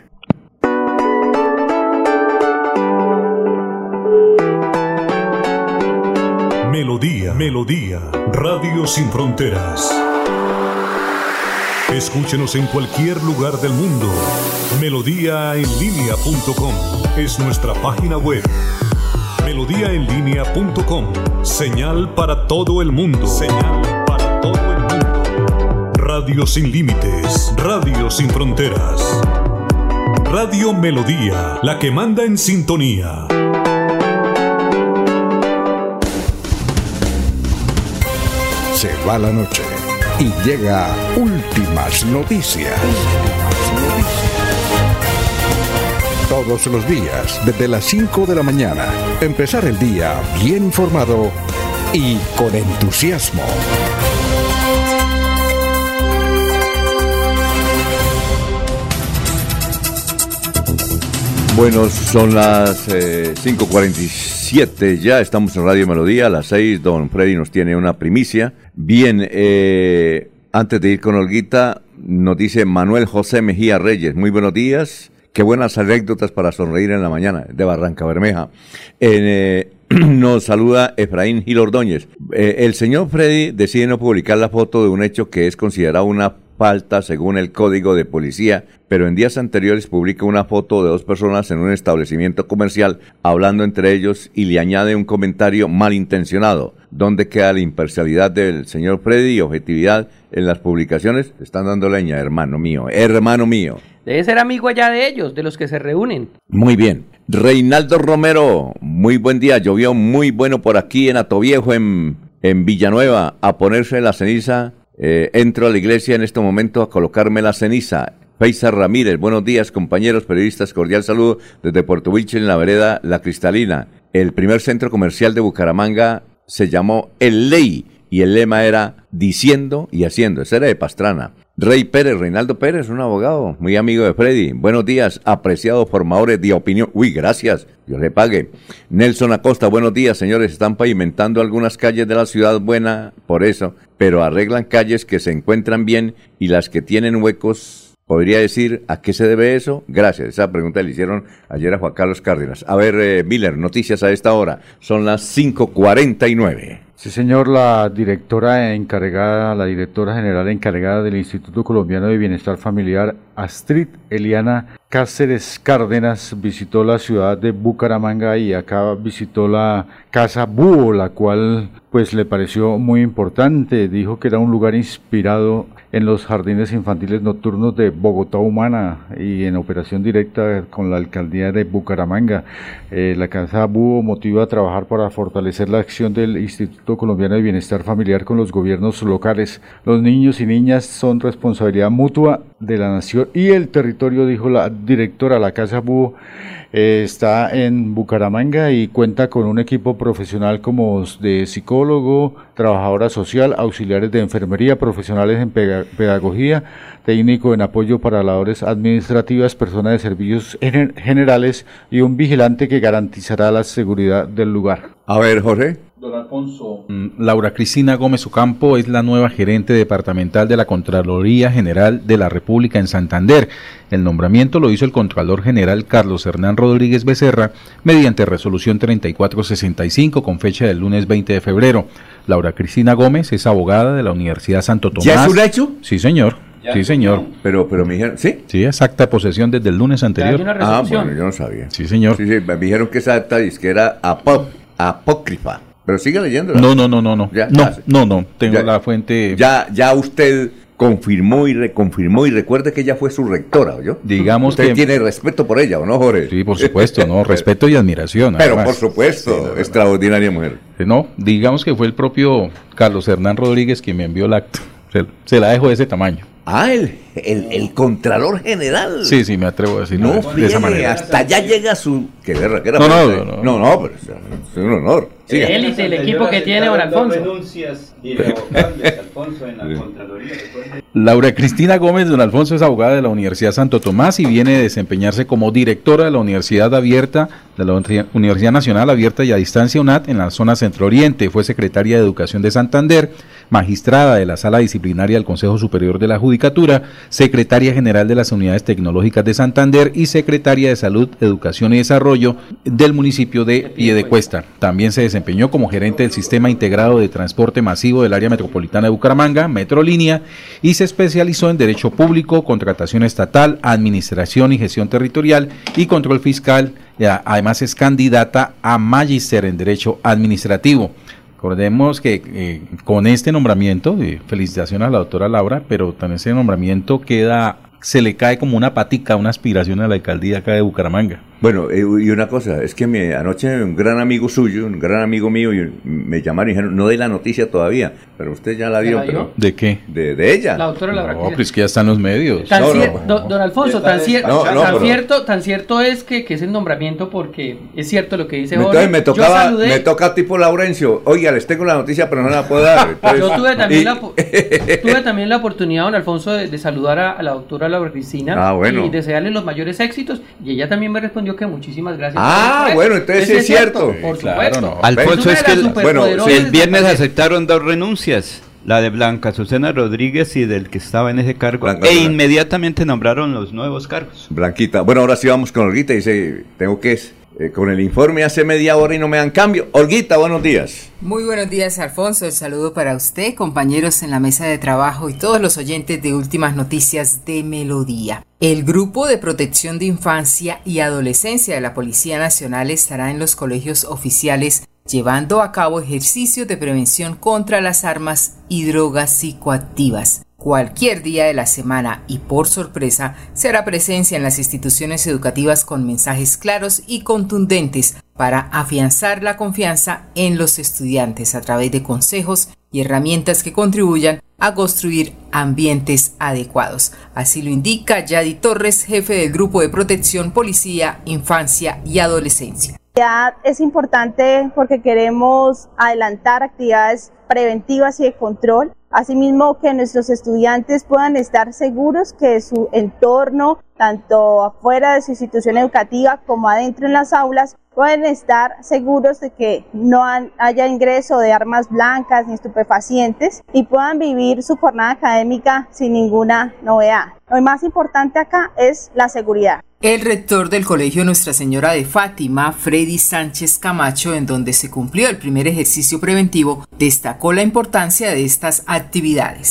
Melodía, Radio Sin Fronteras. Escúchenos en cualquier lugar del mundo. Melodíaenlínea.com es nuestra página web. Melodíaenlínea.com. Señal para todo el mundo. Radio sin límites. Radio sin fronteras. Radio Melodía, la que manda en sintonía. Se va la noche y llega Últimas Noticias. Todos los días, desde las 5 de la mañana, empezar el día bien informado y con entusiasmo. Bueno, son las 5:47, ya estamos en Radio Melodía, a las 6, don Freddy nos tiene una primicia. Bien, antes de ir con Olguita, nos dice Manuel José Mejía Reyes, muy buenos días, qué buenas anécdotas para sonreír en la mañana, de Barranca Bermeja. Nos saluda Efraín Gil Ordóñez. El señor Freddy decide no publicar la foto de un hecho que es considerado una falta según el Código de Policía, pero en días anteriores publica una foto de dos personas en un establecimiento comercial hablando entre ellos y le añade un comentario malintencionado. ¿Dónde queda la imparcialidad del señor Freddy y objetividad en las publicaciones? Están dando leña, hermano mío. Debe ser amigo allá de ellos, de los que se reúnen. Muy bien. Reinaldo Romero, muy buen día. Llovió muy bueno por aquí en Atoviejo, en Villanueva, a ponerse la ceniza. Entro a la iglesia en este momento a colocarme la ceniza. Feisa Ramírez, buenos días compañeros periodistas, cordial saludo desde Puerto Wilches en la vereda La Cristalina. El primer centro comercial de Bucaramanga se llamó El Ley y el lema era diciendo y haciendo. Ese era de Pastrana. Reinaldo Pérez, un abogado muy amigo de Freddy. Buenos días, apreciados formadores de opinión. Uy, gracias, Dios le pague. Nelson Acosta, buenos días, señores. Están pavimentando algunas calles de la ciudad buena, por eso, pero arreglan calles que se encuentran bien y las que tienen huecos. ¿Podría decir a qué se debe eso? Gracias. Esa pregunta le hicieron ayer a Juan Carlos Cárdenas. A ver, Miller, noticias a esta hora. Son las 5:49. Sí, señor, la directora general encargada del Instituto Colombiano de Bienestar Familiar, Astrid Eliana Cáceres Cárdenas, visitó la ciudad de Bucaramanga y acá visitó la Casa Búho, la cual pues le pareció muy importante. Dijo que era un lugar inspirado en los jardines infantiles nocturnos de Bogotá Humana y en operación directa con la alcaldía de Bucaramanga. La Casa Búho motiva a trabajar para fortalecer la acción del Instituto Colombiano de Bienestar Familiar con los gobiernos locales. Los niños y niñas son responsabilidad mutua de la nación y el territorio, dijo la directora. La Casa Búho está en Bucaramanga y cuenta con un equipo profesional como de psicólogo, trabajadora social, auxiliares de enfermería, profesionales en pedagogía, técnico en apoyo para labores administrativas, personas de servicios generales y un vigilante que garantizará la seguridad del lugar. A ver, Jorge. Don Alfonso, Laura Cristina Gómez Ocampo es la nueva gerente departamental de la Contraloría General de la República en Santander. El nombramiento lo hizo el Contralor General Carlos Hernán Rodríguez Becerra mediante resolución 3465 con fecha del lunes 20 de febrero. Laura Cristina Gómez es abogada de la Universidad Santo Tomás. ¿Ya es un hecho? Sí, señor. Ya, sí, señor. Pero me dijeron, ¿sí? Sí, exacta posesión desde el lunes anterior. Bueno, yo no sabía. Sí, señor. Sí, me dijeron que esa acta era apócrifa. Pero sigue leyéndola. No. Ya, no. Tengo la fuente. Ya usted confirmó y reconfirmó y recuerde que ella fue su rectora, ¿oyó? Digamos usted tiene respeto por ella, ¿o no, Jorge? Sí, por supuesto, no, respeto y admiración. Pero además. por supuesto, sí, extraordinaria mujer. No, digamos que fue el propio Carlos Hernán Rodríguez quien me envió el acta. Se la dejo de ese tamaño. Ah, el Contralor General. Sí, me atrevo a decirlo de esa manera. Hasta allá llega su... Qué guerra, que era no, pero es un honor. Élite, el equipo que tiene don Alfonso. Laura Cristina Gómez, don Alfonso, es abogada de la Universidad Santo Tomás y viene a desempeñarse como directora de la Universidad Abierta, de la Universidad Nacional Abierta y a Distancia UNAD en la zona Centro Oriente. Fue secretaria de Educación de Santander, magistrada de la Sala Disciplinaria del Consejo Superior de la Judicatura, secretaria general de las Unidades Tecnológicas de Santander y secretaria de Salud, Educación y Desarrollo del municipio de Piedecuesta. También se desempeñó como gerente del Sistema Integrado de Transporte Masivo del Área Metropolitana de Bucaramanga, Metrolínea, y se especializó en Derecho Público, Contratación Estatal, Administración y Gestión Territorial y Control Fiscal. Además es candidata a Magíster en Derecho Administrativo. Recordemos que con este nombramiento, felicitaciones a la doctora Laura, pero también ese nombramiento se le cae como una patica, una aspiración a la alcaldía acá de Bucaramanga. Bueno, y una cosa, es que anoche un gran amigo suyo, un gran amigo mío, me llamaron y dijeron, no de la noticia todavía, pero usted ya la vio. Pero ¿de qué? De ella. La doctora Laura. No, pues que ya están los medios. Don Alfonso, tan cierto es que es el nombramiento, porque es cierto lo que dice Jorge. Entonces me toca tipo Laurencio, oiga, les tengo la noticia, pero no la puedo dar. Entonces, yo tuve también la oportunidad, don Alfonso, de saludar a la doctora Laura Cristina y desearle los mayores éxitos, y ella también me respondió que muchísimas gracias. Bueno, entonces sí es cierto. Por supuesto. No. Alfonso, es que el viernes aceptaron 2 renuncias, la de Blanca Azucena Rodríguez y del que estaba en ese cargo, inmediatamente nombraron los nuevos cargos. Blanquita. Bueno, ahora sí vamos con Olguita, dice, tengo que con el informe hace media hora y no me dan cambio. Olguita, buenos días. Muy buenos días, Alfonso. El saludo para usted, compañeros en la mesa de trabajo y todos los oyentes de Últimas Noticias de Melodía. El Grupo de Protección de Infancia y Adolescencia de la Policía Nacional estará en los colegios oficiales llevando a cabo ejercicios de prevención contra las armas y drogas psicoactivas. Cualquier día de la semana y por sorpresa se hará presencia en las instituciones educativas con mensajes claros y contundentes para afianzar la confianza en los estudiantes a través de consejos y herramientas que contribuyan a construir ambientes adecuados. Así lo indica Yadi Torres, jefe del Grupo de Protección, Policía, Infancia y Adolescencia. Es importante porque queremos adelantar actividades preventivas y de control. Asimismo, que nuestros estudiantes puedan estar seguros que su entorno, tanto afuera de su institución educativa como adentro en las aulas, pueden estar seguros de que no haya ingreso de armas blancas ni estupefacientes y puedan vivir su jornada académica sin ninguna novedad. Lo más importante acá es la seguridad. El rector del Colegio Nuestra Señora de Fátima, Freddy Sánchez Camacho, en donde se cumplió el primer ejercicio preventivo, destacó la importancia de estas actividades.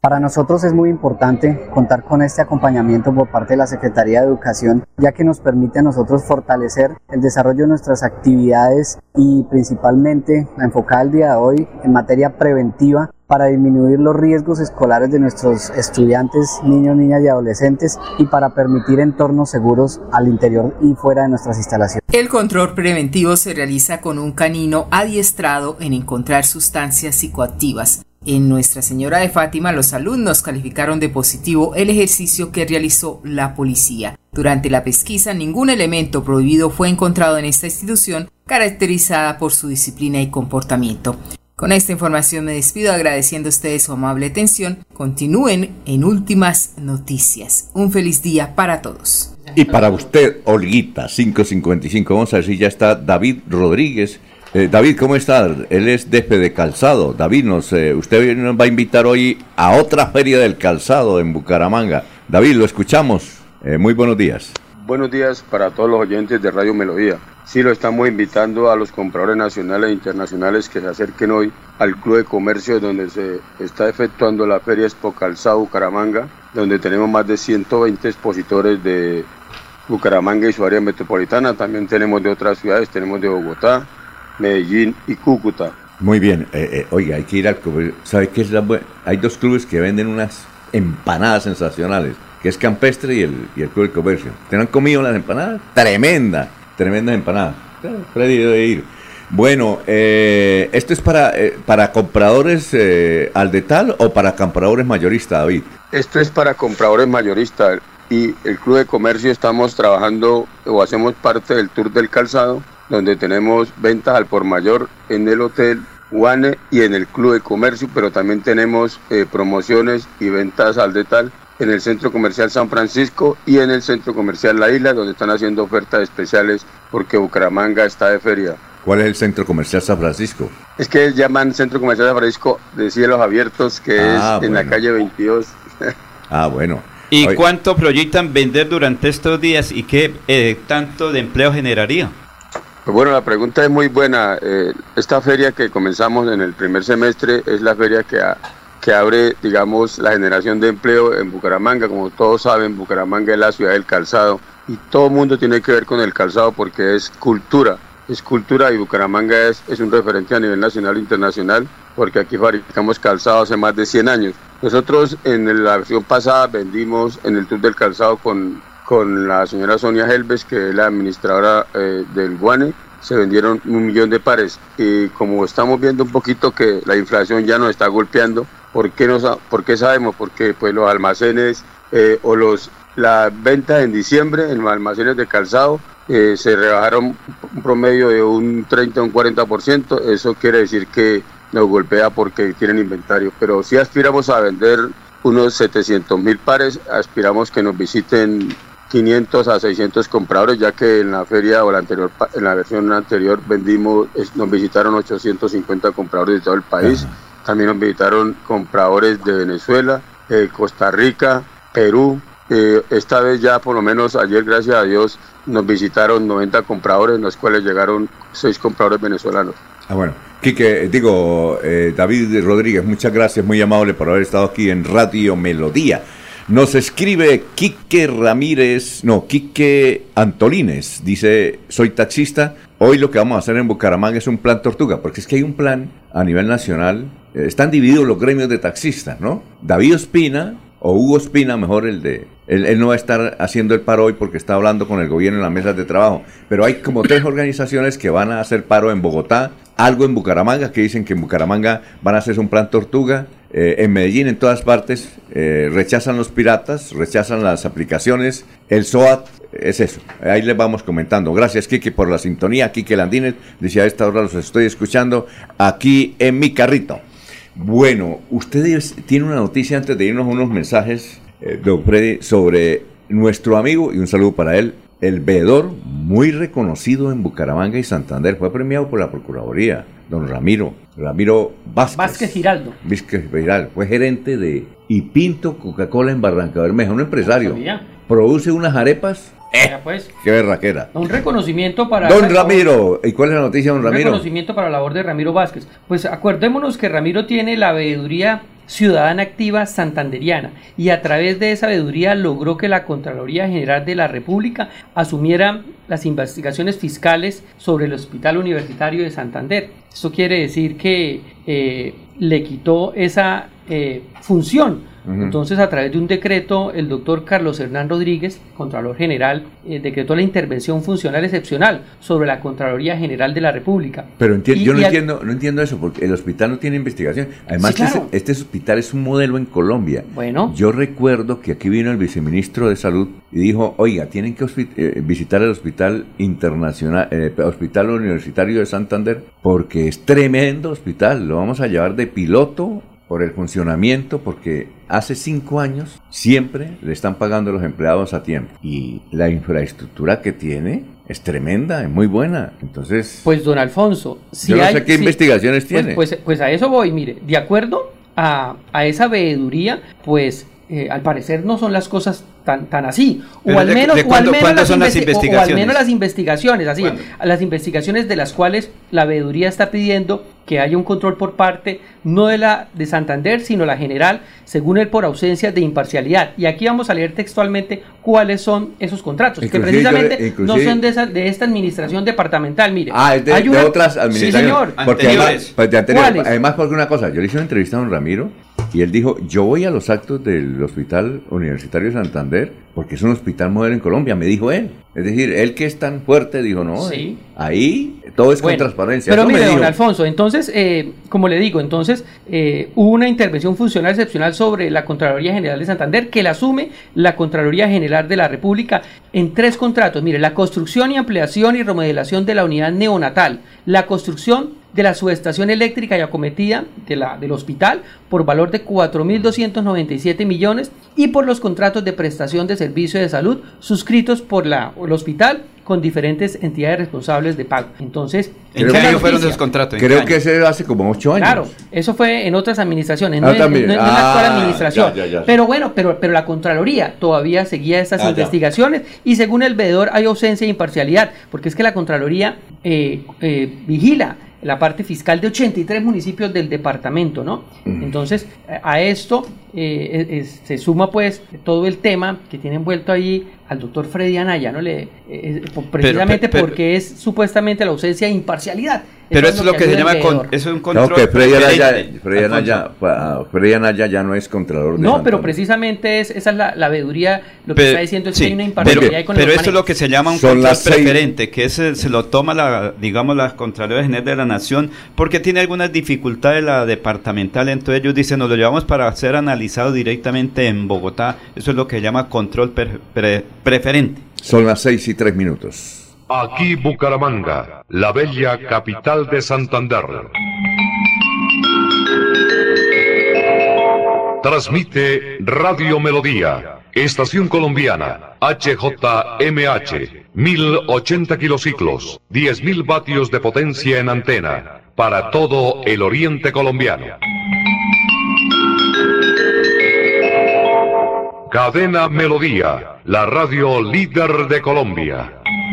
Para nosotros es muy importante contar con este acompañamiento por parte de la Secretaría de Educación, ya que nos permite a nosotros fortalecer el desarrollo de nuestras actividades y principalmente la enfocada el día de hoy en materia preventiva para disminuir los riesgos escolares de nuestros estudiantes, niños, niñas y adolescentes y para permitir entornos seguros al interior y fuera de nuestras instalaciones. El control preventivo se realiza con un canino adiestrado en encontrar sustancias psicoactivas. En Nuestra Señora de Fátima, los alumnos calificaron de positivo el ejercicio que realizó la policía. Durante la pesquisa, ningún elemento prohibido fue encontrado en esta institución, caracterizada por su disciplina y comportamiento. Con esta información me despido agradeciendo a ustedes su amable atención. Continúen en Últimas Noticias. Un feliz día para todos. Y para usted, Olguita, 5:55. Vamos a ver si ya está David Rodríguez. David, ¿cómo está? Él es de Calzado. David, usted nos va a invitar hoy a otra feria del calzado en Bucaramanga. David, lo escuchamos. Muy buenos días. Buenos días para todos los oyentes de Radio Melodía. Sí, lo estamos invitando a los compradores nacionales e internacionales que se acerquen hoy al Club de Comercio donde se está efectuando la Feria Expo Calzado Bucaramanga, donde tenemos más de 120 expositores de Bucaramanga y su área metropolitana. También tenemos de otras ciudades, tenemos de Bogotá, Medellín y Cúcuta. Muy bien, oiga, hay que ir al club. ¿Sabe qué es hay dos clubes que venden unas empanadas sensacionales, que es Campestre y el Club de Comercio. ¿Te han comido las empanadas? Tremendas empanadas. Freddy debe ir. Bueno, ¿esto es para compradores al detal o para compradores mayoristas, David? Esto es para compradores mayoristas y el Club de Comercio estamos trabajando o hacemos parte del Tour del Calzado, donde tenemos ventas al por mayor en el Hotel Guane y en el Club de Comercio, pero también tenemos promociones y ventas al detal en el Centro Comercial San Francisco y en el Centro Comercial La Isla, donde están haciendo ofertas especiales porque Bucaramanga está de feria. ¿Cuál es el Centro Comercial San Francisco? Es que llaman Centro Comercial San Francisco de Cielos Abiertos, que es en la calle 22. Bueno. ¿Y cuánto proyectan vender durante estos días y qué tanto de empleo generaría? Pues bueno, la pregunta es muy buena. Esta feria que comenzamos en el primer semestre es la feria que abre, digamos, la generación de empleo en Bucaramanga. Como todos saben, Bucaramanga es la ciudad del calzado y todo el mundo tiene que ver con el calzado porque es cultura y Bucaramanga es un referente a nivel nacional e internacional porque aquí fabricamos calzado hace más de 100 años. Nosotros en la versión pasada vendimos en el Tour del Calzado con la señora Sonia Helves, que es la administradora del Guane. Se vendieron 1 millón de pares y como estamos viendo un poquito que la inflación ya nos está golpeando, ¿por qué sabemos? Porque pues los almacenes las ventas en diciembre en los almacenes de calzado se rebajaron un promedio de un 30 a un 40%, eso quiere decir que nos golpea porque tienen inventario, pero si aspiramos a vender unos 700,000 pares, aspiramos que nos visiten 500 a 600 compradores, ya que en la feria o en la versión anterior nos visitaron 850 compradores de todo el país. También nos visitaron compradores de Venezuela, Costa Rica, Perú. Esta vez ya por lo menos ayer, gracias a Dios, nos visitaron 90 compradores, en los cuales llegaron 6 compradores venezolanos. Bueno, David Rodríguez, muchas gracias, muy amable por haber estado aquí en Radio Melodía. Nos escribe Quique Antolines, dice, soy taxista, hoy lo que vamos a hacer en Bucaramanga es un plan Tortuga, porque es que hay un plan a nivel nacional, están divididos los gremios de taxistas, ¿no? David Ospina, o Hugo Ospina, mejor él no va a estar haciendo el paro hoy porque está hablando con el gobierno en las mesas de trabajo, pero hay como 3 organizaciones que van a hacer paro en Bogotá, algo en Bucaramanga, que dicen que en Bucaramanga van a hacer un plan Tortuga, en Medellín, en todas partes, rechazan los piratas, rechazan las aplicaciones, el SOAT, es eso, ahí les vamos comentando. Gracias, Quique, por la sintonía. Quique Landines dice, a esta hora los estoy escuchando aquí en mi carrito. Bueno, ustedes tienen una noticia antes de irnos, unos mensajes, don Freddy, sobre nuestro amigo, y un saludo para él, el veedor muy reconocido en Bucaramanga y Santander, fue premiado por la Procuraduría, don Ramiro Vázquez Giraldo. Fue gerente de Ipinto Coca-Cola en Barranca Bermeja, un empresario. Produce unas arepas. Pues, ¡Qué berraquera! Un reconocimiento para... Don Ramiro, ¿y cuál es la noticia, don Ramiro? Un reconocimiento para la labor de Ramiro Vázquez. Pues acordémonos que Ramiro tiene la veeduría Ciudadana Activa Santanderiana, y a través de esa veeduría logró que la Contraloría General de la República asumiera las investigaciones fiscales sobre el Hospital Universitario de Santander. Esto quiere decir que le quitó esa función. Entonces, a través de un decreto, el doctor Carlos Hernán Rodríguez, Contralor General, decretó la intervención funcional excepcional sobre la Contraloría General de la República. Pero no entiendo eso, porque el hospital no tiene investigación. Además, sí, claro, este hospital es un modelo en Colombia. Bueno. Yo recuerdo que aquí vino el viceministro de Salud y dijo, oiga, tienen que visitar el Hospital Internacional, Hospital Universitario de Santander, porque es tremendo hospital, lo vamos a llevar de piloto por el funcionamiento, porque hace 5 años siempre le están pagando a los empleados a tiempo y la infraestructura que tiene es tremenda, es muy buena. Entonces, pues don Alfonso, si yo no sé qué investigaciones tiene. Pues a eso voy, mire, de acuerdo a esa veeduría, pues al parecer no son las cosas tan así, o al menos las investigaciones, así, las investigaciones de las cuales la veeduría está pidiendo que haya un control por parte no de la de Santander, sino la general, según él, por ausencia de imparcialidad. Y aquí vamos a leer textualmente cuáles son esos contratos, que precisamente no son de esta administración departamental, mire. Es de otras administraciones. Sí, señor. Porque además, porque una cosa, yo le hice una entrevista a don Ramiro y él dijo, yo voy a los actos del Hospital Universitario de Santander porque es un hospital modelo en Colombia, me dijo él. Es decir, él que es tan fuerte, dijo, no, sí, ahí todo es con transparencia. Pero mire, don Alfonso, entonces, como le digo, hubo una intervención funcional excepcional sobre la Contraloría General de Santander, que la asume la Contraloría General de la República en 3 contratos. Mire, la construcción y ampliación y remodelación de la unidad neonatal, la construcción de la subestación eléctrica y acometida del hospital por valor de 4.297 millones y por los contratos de prestación de servicio de salud suscritos por el hospital con diferentes entidades responsables de pago. Entonces, ¿en qué año fueron esos contratos? Creo que ese hace como 8 años. Claro, eso fue en otras administraciones, no en la actual administración. Ya. Pero bueno, pero la Contraloría todavía seguía estas investigaciones y según el veedor hay ausencia de imparcialidad, porque es que la Contraloría vigila la parte fiscal de 83 municipios del departamento, ¿no? Entonces, a esto se suma pues todo el tema que tiene envuelto ahí al doctor Freddy Anaya, ¿no? Precisamente porque es supuestamente la ausencia de imparcialidad. Pero eso es lo que se llama eso es un control. No, que Freddy Anaya ya no es contralor de Santander. Pero precisamente esa es la veeduría, lo que está diciendo es que hay una imparcialidad con pero eso es lo que se llama un control preferente, que se lo toma la Contraloría General de la Nación, porque tiene algunas dificultades la departamental, entonces ellos dicen, nos lo llevamos para ser analizado directamente en Bogotá. Eso es lo que se llama control preferente. Son las 6:03. Aquí Bucaramanga, la bella capital de Santander. Transmite Radio Melodía, estación colombiana, HJMH, 1080 kilociclos, 10.000 vatios de potencia en antena, para todo el oriente colombiano. Cadena Melodía, la radio líder de Colombia.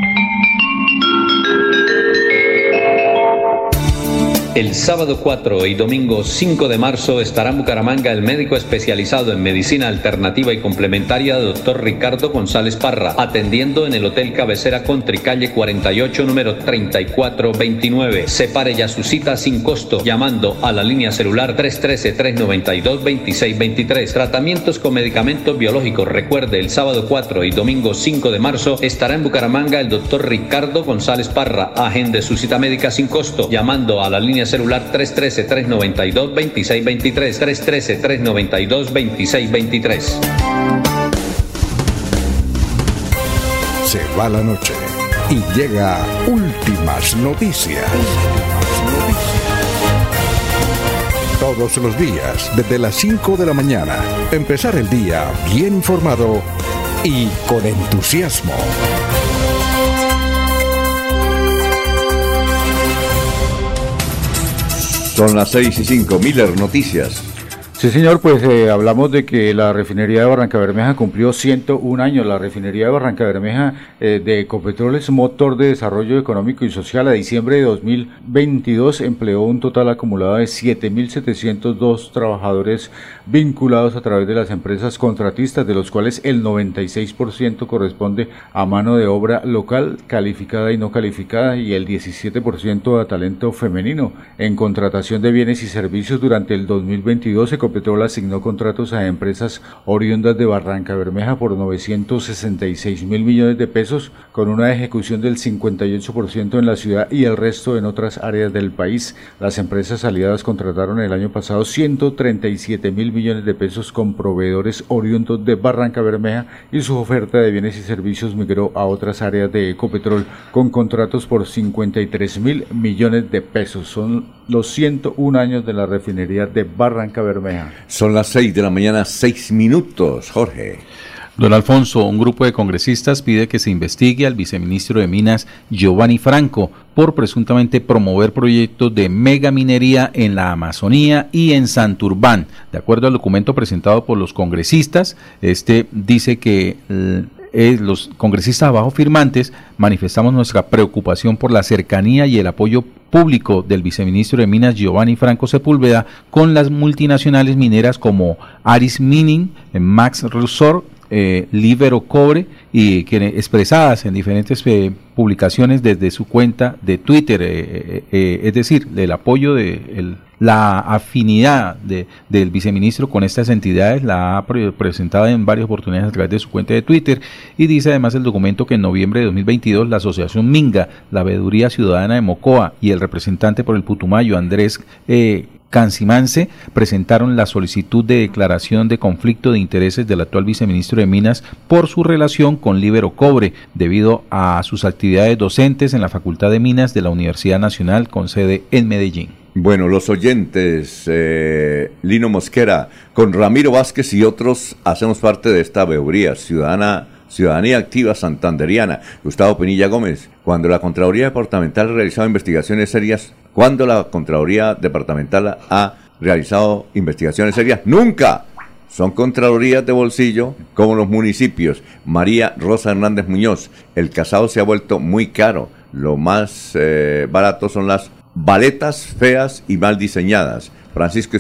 El sábado 4 y domingo 5 de marzo estará en Bucaramanga el médico especializado en medicina alternativa y complementaria, doctor Ricardo González Parra, atendiendo en el Hotel Cabecera Country, calle 48, número 3429. Separe ya su cita sin costo, llamando a la línea celular 313-392-2623. Tratamientos con medicamentos biológicos. Recuerde, el sábado 4 y domingo 5 de marzo estará en Bucaramanga el doctor Ricardo González Parra. Agende su cita médica sin costo, llamando a la línea celular 313-392-2623, 313-392-2623. Se va la noche y llega Últimas Noticias. Todos los días, desde las 5 de la mañana, empezar el día bien informado y con entusiasmo. Son las 6:05. Miller, noticias. Sí, señor, pues hablamos de que la refinería de Barrancabermeja cumplió 101 años. La refinería de Barrancabermeja de Ecopetrol es motor de desarrollo económico y social. A diciembre de 2022 empleó un total acumulado de 7.702 trabajadores vinculados a través de las empresas contratistas, de los cuales el 96% corresponde a mano de obra local, calificada y no calificada, y el 17% a talento femenino. En contratación de bienes y servicios durante el 2022, Ecopetrol asignó contratos a empresas oriundas de Barrancabermeja por 966.000 millones de pesos, con una ejecución del 58% en la ciudad y el resto en otras áreas del país. Las empresas aliadas contrataron el año pasado 137.000 millones de pesos con proveedores oriundos de Barrancabermeja, y su oferta de bienes y servicios migró a otras áreas de Ecopetrol con contratos por 53.000 millones de pesos. Son los 101 años de la refinería de Barrancabermeja. Son las 6 de la mañana, 6 minutos, Jorge. Don Alfonso, un grupo de congresistas pide que se investigue al viceministro de Minas, Giovanni Franco, por presuntamente promover proyectos de megaminería en la Amazonía y en Santurbán. De acuerdo al documento presentado por los congresistas, dice que los congresistas abajo firmantes manifestamos nuestra preocupación por la cercanía y el apoyo público del viceministro de Minas, Giovanni Franco Sepúlveda, con las multinacionales mineras como Aris Mining, Max Rusor, Libero Cobre, y que expresadas en diferentes publicaciones desde su cuenta de Twitter, es decir, el apoyo de la afinidad del viceministro con estas entidades la ha presentado en varias oportunidades a través de su cuenta de Twitter. Y dice además el documento que en noviembre de 2022 la Asociación Minga, la Veeduría Ciudadana de Mocoa y el representante por el Putumayo, Andrés Cancimance, presentaron la solicitud de declaración de conflicto de intereses del actual viceministro de Minas por su relación con Libero Cobre, debido a sus actividades docentes en la Facultad de Minas de la Universidad Nacional con sede en Medellín. Bueno, los oyentes, Lino Mosquera, con Ramiro Vázquez y otros hacemos parte de esta veeduría Ciudadanía Activa Santanderiana. Gustavo Pinilla Gómez, cuando la Contraloría Departamental ha realizado investigaciones serias, nunca. Son contralorías de bolsillo como los municipios. María Rosa Hernández Muñoz, el casado se ha vuelto muy caro. Lo más barato son las baletas feas y mal diseñadas. Francisco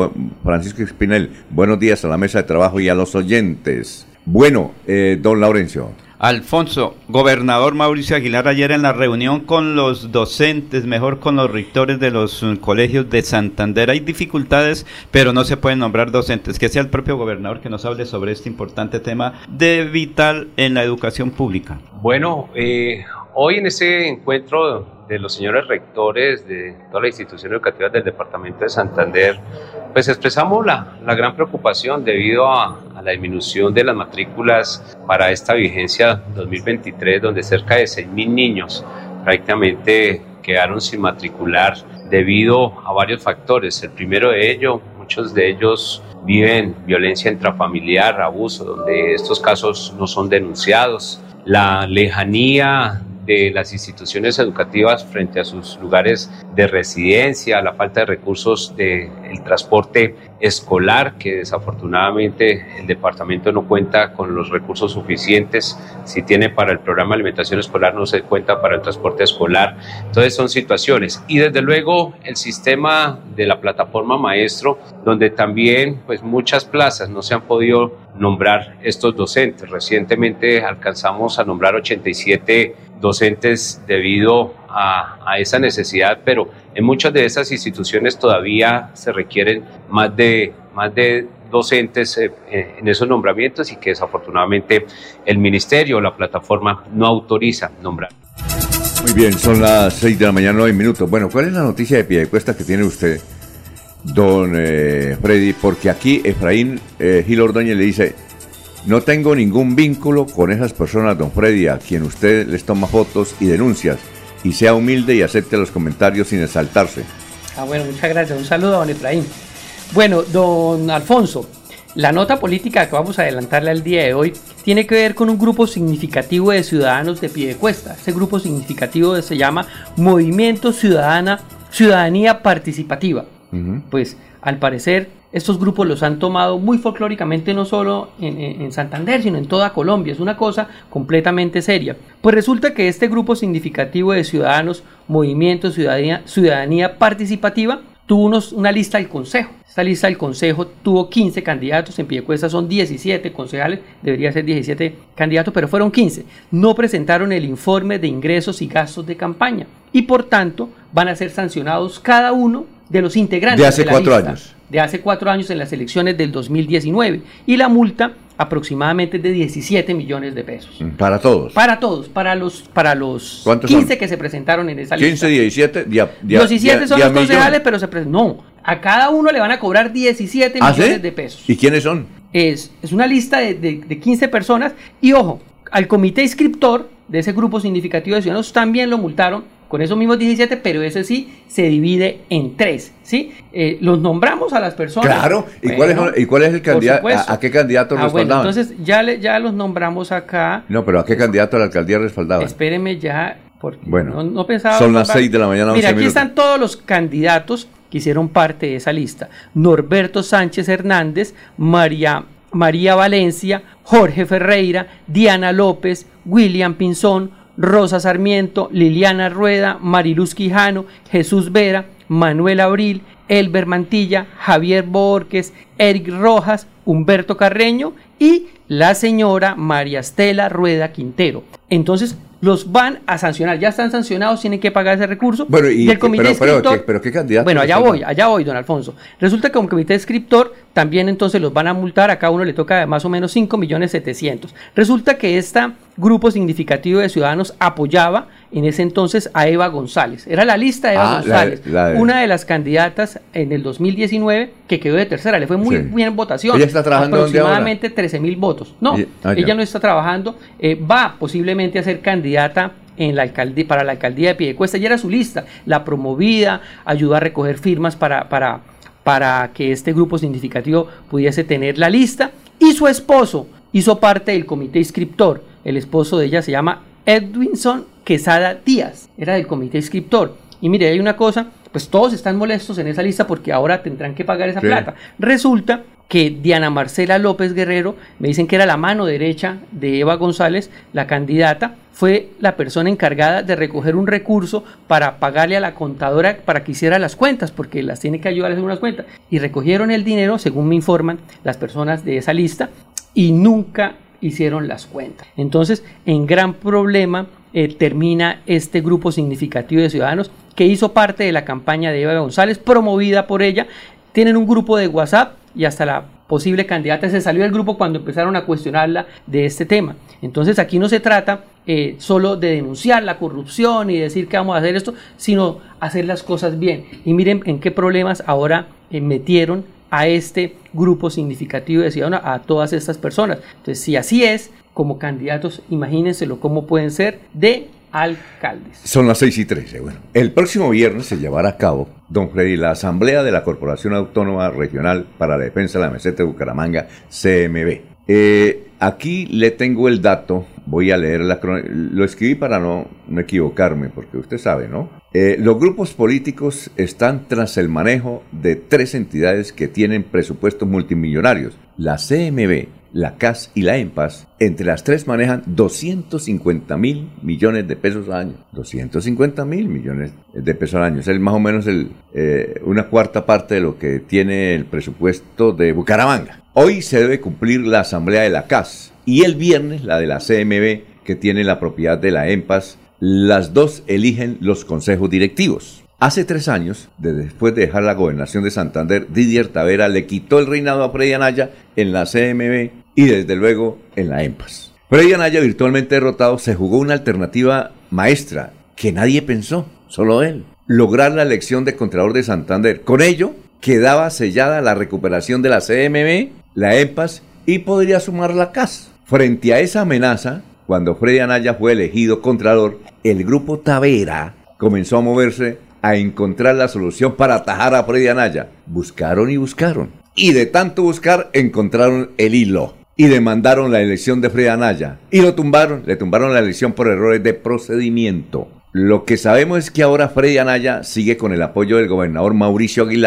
Espinel, buenos días a la mesa de trabajo y a los oyentes. Bueno, don Laurencio. Alfonso, gobernador Mauricio Aguilar ayer en la reunión con los docentes, mejor con los rectores de los colegios de Santander. Hay dificultades, pero no se pueden nombrar docentes. Que sea el propio gobernador que nos hable sobre este importante tema de vital en la educación pública. Bueno, hoy en este encuentro de los señores rectores de todas las instituciones educativas del departamento de Santander, pues expresamos la gran preocupación debido a la disminución de las matrículas para esta vigencia 2023, donde cerca de 6.000 niños prácticamente quedaron sin matricular debido a varios factores. El primero de ellos, muchos de ellos viven violencia intrafamiliar, abuso, donde estos casos no son denunciados. La lejanía de las instituciones educativas frente a sus lugares de residencia, la falta de recursos del transporte escolar, que desafortunadamente el departamento no cuenta con los recursos suficientes. Si tiene para el programa de alimentación escolar, no se cuenta para el transporte escolar. Entonces son situaciones. Y desde luego el sistema de la plataforma Maestro, donde también pues muchas plazas no se han podido nombrar estos docentes. Recientemente alcanzamos a nombrar 87 docentes debido a esa necesidad, pero en muchas de esas instituciones todavía se requieren más de docentes en esos nombramientos, y que desafortunadamente el ministerio o la plataforma no autoriza nombrar. Muy bien, son las 6 de la mañana, 9 minutos. Bueno, ¿cuál es la noticia de Piedecuesta que tiene usted, don Freddy? Porque aquí Efraín Gil Ordóñez le dice: no tengo ningún vínculo con esas personas, don Freddy, a quien usted les toma fotos y denuncias, y sea humilde y acepte los comentarios sin exaltarse. Bueno, muchas gracias. Un saludo a don Efraín. Bueno, don Alfonso, la nota política que vamos a adelantarle al día de hoy tiene que ver con un grupo significativo de ciudadanos de Piedecuesta. Ese grupo significativo se llama Movimiento Ciudadanía Participativa. Pues al parecer estos grupos los han tomado muy folclóricamente, no solo en Santander, sino en toda Colombia. Es una cosa completamente seria. Pues resulta que este grupo significativo de ciudadanos, Movimiento Ciudadanía Participativa, tuvo una lista del Consejo. Esta lista del Consejo tuvo 15 candidatos, en Piedecuesta son 17 concejales, debería ser 17 candidatos, pero fueron 15. No presentaron el informe de ingresos y gastos de campaña y por tanto van a ser sancionados cada uno de los integrantes de hace 4 años. De hace 4 años en las elecciones del 2019 y la multa aproximadamente de 17 millones de pesos. Para todos. Para todos, para los 15 que se presentaron en esa lista. 15, 17, los 17 son los concejales, pero no, a cada uno le van a cobrar 17 millones de pesos. ¿Y quiénes son? Es una lista de 15 personas y ojo, al comité inscriptor de ese grupo significativo de ciudadanos también lo multaron con esos mismos 17, pero ese sí se divide en 3, ¿sí? Los nombramos a las personas. Claro, ¿y cuál es el candidato? ¿A qué candidato respaldaban? Bueno, entonces ya los nombramos acá. No, pero ¿a qué candidato a la alcaldía respaldaban? Espéreme ya, porque bueno, no pensaba. Son las 6 de la mañana. Mira, aquí están todos los candidatos que hicieron parte de esa lista. Norberto Sánchez Hernández, María Valencia, Jorge Ferreira, Diana López, William Pinzón, Rosa Sarmiento, Liliana Rueda, Mariluz Quijano, Jesús Vera, Manuel Abril, Elber Mantilla, Javier Borges, Eric Rojas, Humberto Carreño y la señora María Estela Rueda Quintero. Entonces los van a sancionar, ya están sancionados, tienen que pagar ese recurso. Bueno, y del comité inscriptor, pero ¿qué candidato? Bueno, allá voy, don Alfonso. Resulta que como comité inscriptor también entonces los van a multar, a cada uno le toca más o menos 5.700.000. Resulta que este grupo significativo de ciudadanos apoyaba en ese entonces a Eva González. Era la lista de Eva González, una de las candidatas en el 2019 que quedó de tercera, le fue muy bien en votación. ¿Ella está trabajando aproximadamente 13.000 votos. No, ella no está trabajando, va posiblemente a ser candidata en la alcaldía, para la alcaldía de Piedecuesta. Ya era su lista, la promovida, ayudó a recoger firmas para que este grupo significativo pudiese tener la lista, y su esposo hizo parte del comité inscriptor. El esposo de ella se llama Edwinson Quesada Díaz, era del comité inscriptor. Y mire, hay una cosa, pues todos están molestos en esa lista porque ahora tendrán que pagar esa plata. Resulta que Diana Marcela López Guerrero, me dicen que era la mano derecha de Eva González, la candidata, fue la persona encargada de recoger un recurso para pagarle a la contadora para que hiciera las cuentas, porque las tiene que ayudar a hacer unas cuentas. Y recogieron el dinero, según me informan las personas de esa lista, y nunca hicieron las cuentas. Entonces, en gran problema termina este grupo significativo de ciudadanos que hizo parte de la campaña de Eva González, promovida por ella. Tienen un grupo de WhatsApp y hasta la posible candidata se salió del grupo cuando empezaron a cuestionarla de este tema. Entonces aquí no se trata solo de denunciar la corrupción y decir que vamos a hacer esto, sino hacer las cosas bien. Y miren en qué problemas ahora metieron a este grupo significativo de ciudadanos, a todas estas personas. Entonces, si así es, como candidatos, imagínenselo cómo pueden ser de alcaldes. Son las 6:13. Bueno, el próximo viernes se llevará a cabo, don Freddy, la asamblea de la Corporación Autónoma Regional para la Defensa de la Meseta de Bucaramanga, CMB. Aquí le tengo el dato, voy a leer lo escribí para no equivocarme, porque usted sabe, ¿no? Los grupos políticos están tras el manejo de 3 entidades que tienen presupuestos multimillonarios: la CMB, la CAS y la EMPAS. Entre las 3 manejan 250.000 millones de pesos al año. 250.000 millones de pesos al año. Es más o menos una cuarta parte de lo que tiene el presupuesto de Bucaramanga. Hoy se debe cumplir la asamblea de la CAS y el viernes la de la CMB, que tiene la propiedad de la EMPAS. Las dos eligen los consejos directivos. Hace 3 años, después de dejar la gobernación de Santander, Didier Tavera le quitó el reinado a Freddy Anaya en la CMB y desde luego en la EMPAS. Freddy Anaya, virtualmente derrotado, se jugó una alternativa maestra que nadie pensó, solo él: lograr la elección de Contralor de Santander. Con ello quedaba sellada la recuperación de la CMB, la EMPAS y podría sumar la CAS. Frente a esa amenaza, cuando Freddy Anaya fue elegido Contralor, el grupo Tavera comenzó a moverse a encontrar la solución para atajar a Freddy Anaya. Buscaron y buscaron, y de tanto buscar encontraron el hilo y demandaron la elección de Freddy Anaya y le tumbaron la elección por errores de procedimiento. Lo que sabemos es que ahora Freddy Anaya sigue con el apoyo del gobernador Mauricio Aguilar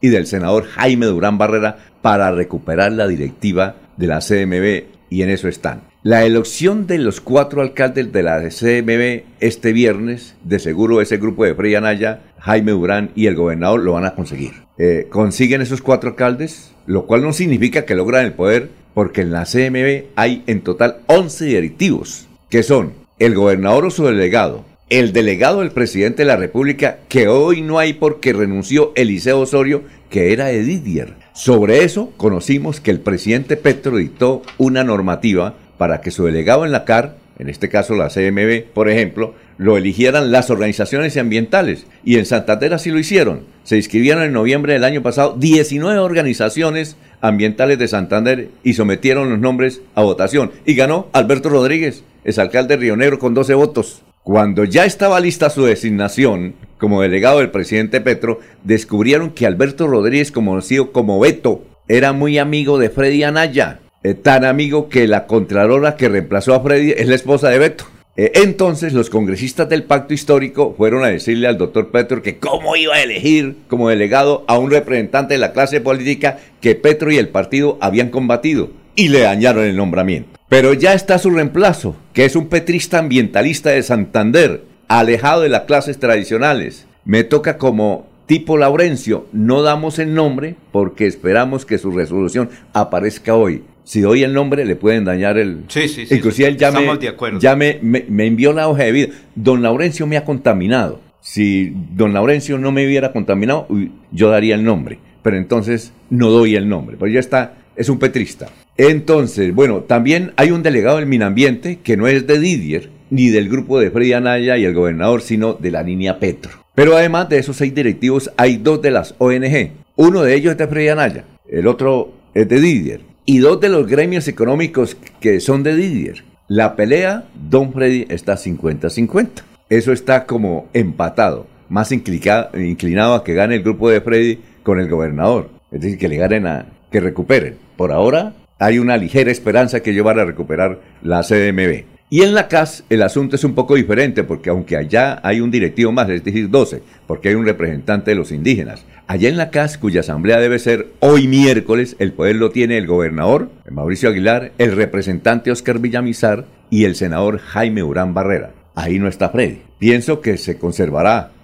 y del senador Jaime Durán Barrera para recuperar la directiva de la CMB, y en eso están. La elección de los 4 alcaldes de la CMB este viernes, de seguro ese grupo de Freddy Anaya, Jaime Durán y el gobernador lo van a conseguir. Consiguen esos 4 alcaldes, lo cual no significa que logran el poder, porque en la CMB hay en total 11 directivos, que son el gobernador o su delegado, el delegado del presidente de la República, que hoy no hay porque renunció Eliseo Osorio, que era de Didier. Sobre eso conocimos que el presidente Petro dictó una normativa para que su delegado en la CAR, en este caso la CMB, por ejemplo, lo eligieran las organizaciones ambientales. Y en Santander así lo hicieron. Se inscribieron en noviembre del año pasado 19 organizaciones ambientales de Santander y sometieron los nombres a votación. Y ganó Alberto Rodríguez, exalcalde de Río Negro, con 12 votos. Cuando ya estaba lista su designación como delegado del presidente Petro, descubrieron que Alberto Rodríguez, conocido como Beto, era muy amigo de Freddy Anaya. Tan amigo que la contralora que reemplazó a Freddy es la esposa de Beto. Entonces los congresistas del pacto histórico fueron a decirle al doctor Petro que cómo iba a elegir como delegado a un representante de la clase política que Petro y el partido habían combatido, y le dañaron el nombramiento. Pero ya está su reemplazo, que es un petrista ambientalista de Santander, alejado de las clases tradicionales. Me toca como tipo Laurencio, no damos el nombre porque esperamos que su resolución aparezca hoy. Si doy el nombre, le pueden dañar el... Sí, inclusive él estamos de acuerdo. Ya me envió la hoja de vida. Don Laurencio me ha contaminado. Si don Laurencio no me hubiera contaminado, yo daría el nombre. Pero entonces no doy el nombre. Pero ya está, es un petrista. Entonces, bueno, también hay un delegado del Minambiente que no es de Didier, ni del grupo de Freddy Anaya y el gobernador, sino de la línea Petro. Pero además de esos 6 directivos, hay 2 de las ONG. Uno de ellos es de Freddy Anaya, el otro es de Didier. Y 2 de los gremios económicos que son de Didier. La pelea, don Freddy, está 50-50. Eso está como empatado, más inclinado a que gane el grupo de Freddy con el gobernador. Es decir, que le ganen que recuperen. Por ahora hay una ligera esperanza que ellos van a recuperar la CMB. Y en la CAS el asunto es un poco diferente, porque aunque allá hay un directivo más, es decir, 12, porque hay un representante de los indígenas. Allá en la CAS, cuya asamblea debe ser hoy miércoles, el poder lo tiene el gobernador, Mauricio Aguilar, el representante Oscar Villamizar y el senador Jaime Durán Barrera. Ahí no está Freddy. Pienso que se conservará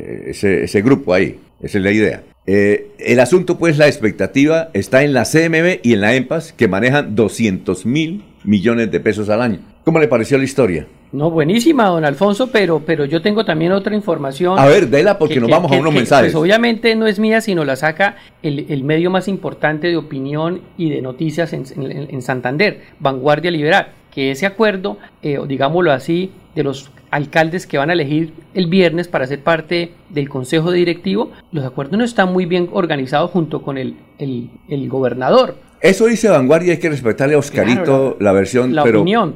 ese grupo ahí, esa es la idea. El asunto, pues, la expectativa está en la CMB y en la EMPAS, que manejan 200.000 millones de pesos al año. ¿Cómo le pareció la historia? No, buenísima, don Alfonso, pero yo tengo también otra información. A ver, déla porque nos vamos a unos mensajes. Pues obviamente no es mía, sino la saca el medio más importante de opinión y de noticias en Santander, Vanguardia Liberal, que ese acuerdo, digámoslo así, de los alcaldes que van a elegir el viernes para ser parte del consejo directivo, los acuerdos no están muy bien organizados junto con el gobernador. Eso dice Vanguardia, hay que respetarle a Oscarito, claro, la versión, la opinión.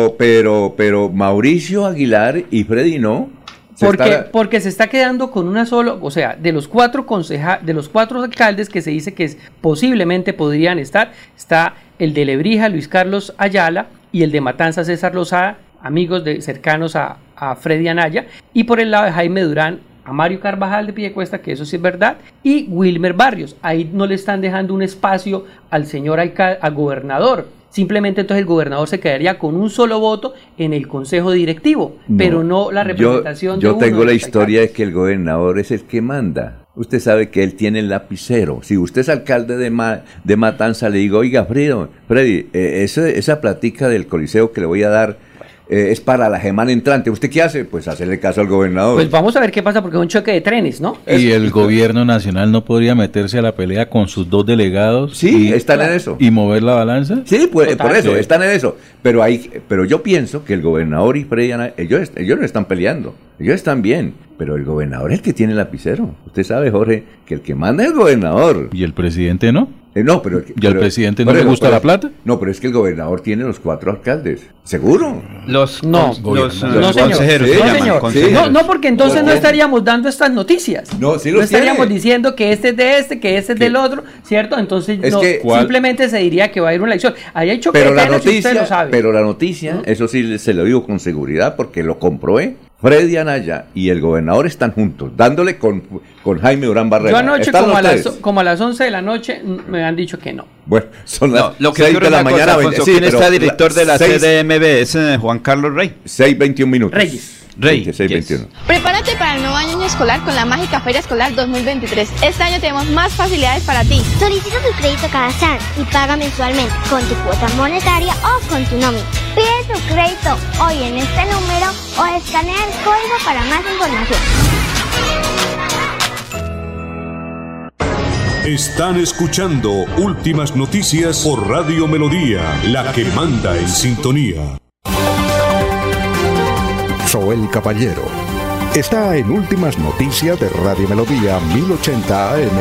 Pero Mauricio Aguilar y Freddy no. Porque se está quedando con una sola, o sea, de los 4 alcaldes que se dice que posiblemente podrían estar, está el de Lebrija, Luis Carlos Ayala, y el de Matanza, César Lozada, amigos cercanos a Freddy Anaya, y por el lado de Jaime Durán, a Mario Carvajal de Piedecuesta, que eso sí es verdad, y Wilmer Barrios. Ahí no le están dejando un espacio al señor al gobernador. Simplemente entonces el gobernador se quedaría con un solo voto en el consejo directivo, pero no la representación de uno. Yo tengo la historia alcaldes. de que el gobernador es el que manda. Usted sabe que él tiene el lapicero. Si usted es alcalde de Matanza, le digo, oiga, Freddy, esa platica del Coliseo que le voy a dar es para la semana entrante. ¿Usted qué hace? Pues hacerle caso al gobernador. Pues vamos a ver qué pasa, porque es un choque de trenes, ¿no? Y el gobierno nacional no podría meterse a la pelea con sus 2 delegados. Sí, están en eso. ¿Y mover la balanza? Sí, pues, por eso, están en eso. Pero yo pienso que el gobernador y Freddy Anaya, ellos no están peleando. Ellos están bien. Pero el gobernador es el que tiene el lapicero. Usted sabe, Jorge, que el que manda es el gobernador. ¿Y el presidente no? No, pero... ¿Y al presidente no le gusta la plata? No, pero es que el gobernador tiene los 4 alcaldes. ¿Seguro? Los consejeros. Sí, señor. Sí. No, porque entonces no estaríamos dando estas noticias. No, sí no estaríamos diciendo que este es de este, que este es del otro, ¿cierto? Entonces simplemente se diría que va a ir una elección. Ahí hay choque de trenes, usted lo sabe. Pero la noticia, eso sí se lo digo con seguridad porque lo comprobé, Freddy Anaya y el gobernador están juntos, dándole con Jaime Durán Barrera. Yo anoche como a las 11 de la noche me han dicho que no. Bueno, son las lo que 6 de la mañana. Alfonso, ¿quién está director de la CDMB? Es Juan Carlos Rey. 6:21 minutos. Reyes. 6:21. Prepárate para el nuevo año escolar con la mágica Feria Escolar 2023. Este año tenemos más facilidades para ti. Solicita tu crédito Cajazán y paga mensualmente con tu cuota monetaria o con tu nómina. Pide tu crédito hoy en este número o escanea el código para más información. Están escuchando Últimas Noticias por Radio Melodía, la que manda en sintonía. Soel Caballero está en Últimas Noticias de Radio Melodía 1080 AM.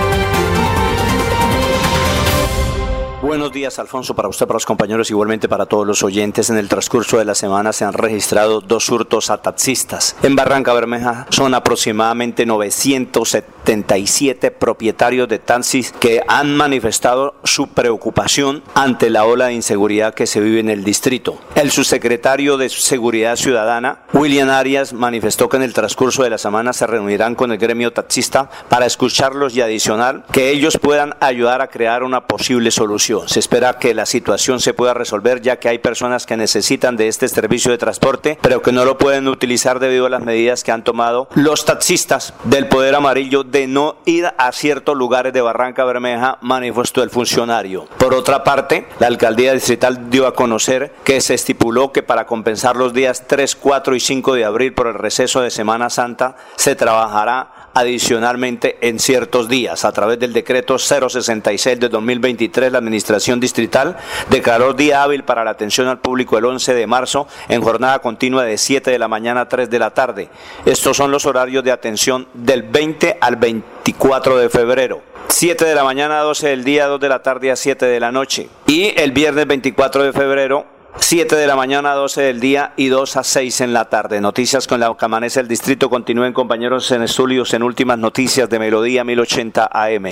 Buenos días, Alfonso, para usted, para los compañeros, igualmente para todos los oyentes. En el transcurso de la semana se han registrado 2 hurtos a taxistas. En Barranca Bermeja son aproximadamente 977 propietarios de taxis que han manifestado su preocupación ante la ola de inseguridad que se vive en el distrito. El subsecretario de Seguridad Ciudadana, William Arias, manifestó que en el transcurso de la semana se reunirán con el gremio taxista para escucharlos y adicional que ellos puedan ayudar a crear una posible solución. Se espera que la situación se pueda resolver, ya que hay personas que necesitan de este servicio de transporte, pero que no lo pueden utilizar debido a las medidas que han tomado los taxistas del Poder Amarillo de no ir a ciertos lugares de Barranca Bermeja, manifestó el funcionario. Por otra parte, la alcaldía distrital dio a conocer que se estipuló que para compensar los días 3, 4 y 5 de abril por el receso de Semana Santa, se trabajará adicionalmente en ciertos días. A través del decreto 066 de 2023, la administración distrital declaró día hábil para la atención al público el 11 de marzo en jornada continua de 7 de la mañana a 3 de la tarde. Estos son los horarios de atención del 20 al 24 de febrero. 7 de la mañana a 12 del día, 2 de la tarde a 7 de la noche. Y el viernes 24 de febrero, 7 de la mañana a 12 del día y 2 a 6 en la tarde. Noticias con la que amanece el distrito. Continúen, compañeros, en estudios en Últimas Noticias de Melodía 1080 AM.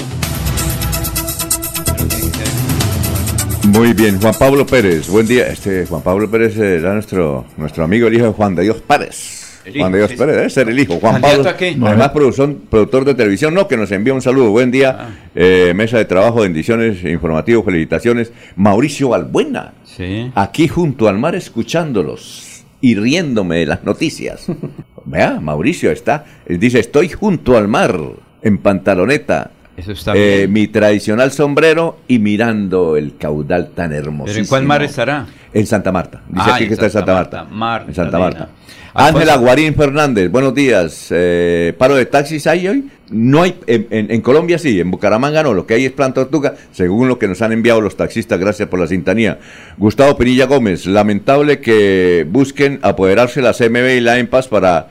Muy bien, Juan Pablo Pérez, buen día. Juan Pablo Pérez era nuestro amigo, el hijo de Juan de Dios Párez. Juan de Dios Pérez, debe ser el hijo. Juan Pablo, además productor de televisión, que nos envía un saludo. Buen día, mesa de trabajo, bendiciones, informativos, felicitaciones. Mauricio Balbuena, aquí junto al mar escuchándolos y riéndome de las noticias. Vea, Mauricio dice, estoy junto al mar, en pantaloneta. Eso está bien. Mi tradicional sombrero y mirando el caudal tan hermosísimo. ¿Pero en cuál mar estará? En Santa Marta. Dice aquí que está en Santa Marta. En Santa Marta. Alfonso. Ángela Guarín Fernández, buenos días. ¿Paro de taxis hay hoy? No hay, en Colombia sí, en Bucaramanga no, lo que hay es plan tortuga, según lo que nos han enviado los taxistas, gracias por la sintonía. Gustavo Pinilla Gómez, lamentable que busquen apoderarse la CMB y la EMPAS para...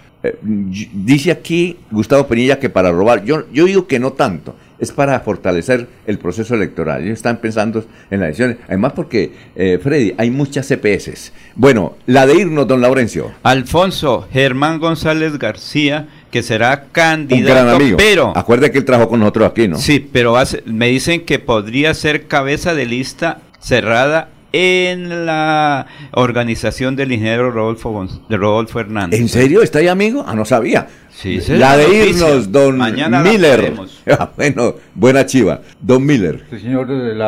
dice aquí Gustavo Pinilla que para robar, yo digo que no tanto, es para fortalecer el proceso electoral. Ellos están pensando en las elecciones, además porque, Freddy, hay muchas CPS. Bueno, la de irnos, don Laurencio. Alfonso, Germán González García, que será candidato, un gran amigo. Pero... Acuérdate que él trabajó con nosotros aquí, ¿no? Sí, pero me dicen que podría ser cabeza de lista cerrada en la organización del ingeniero Rodolfo Hernández. ¿En serio? ¿Está ahí, amigo? No sabía. Sí, la de irnos, don Mañana Miller. Bueno, buena chiva. Don Miller. Sí, señor,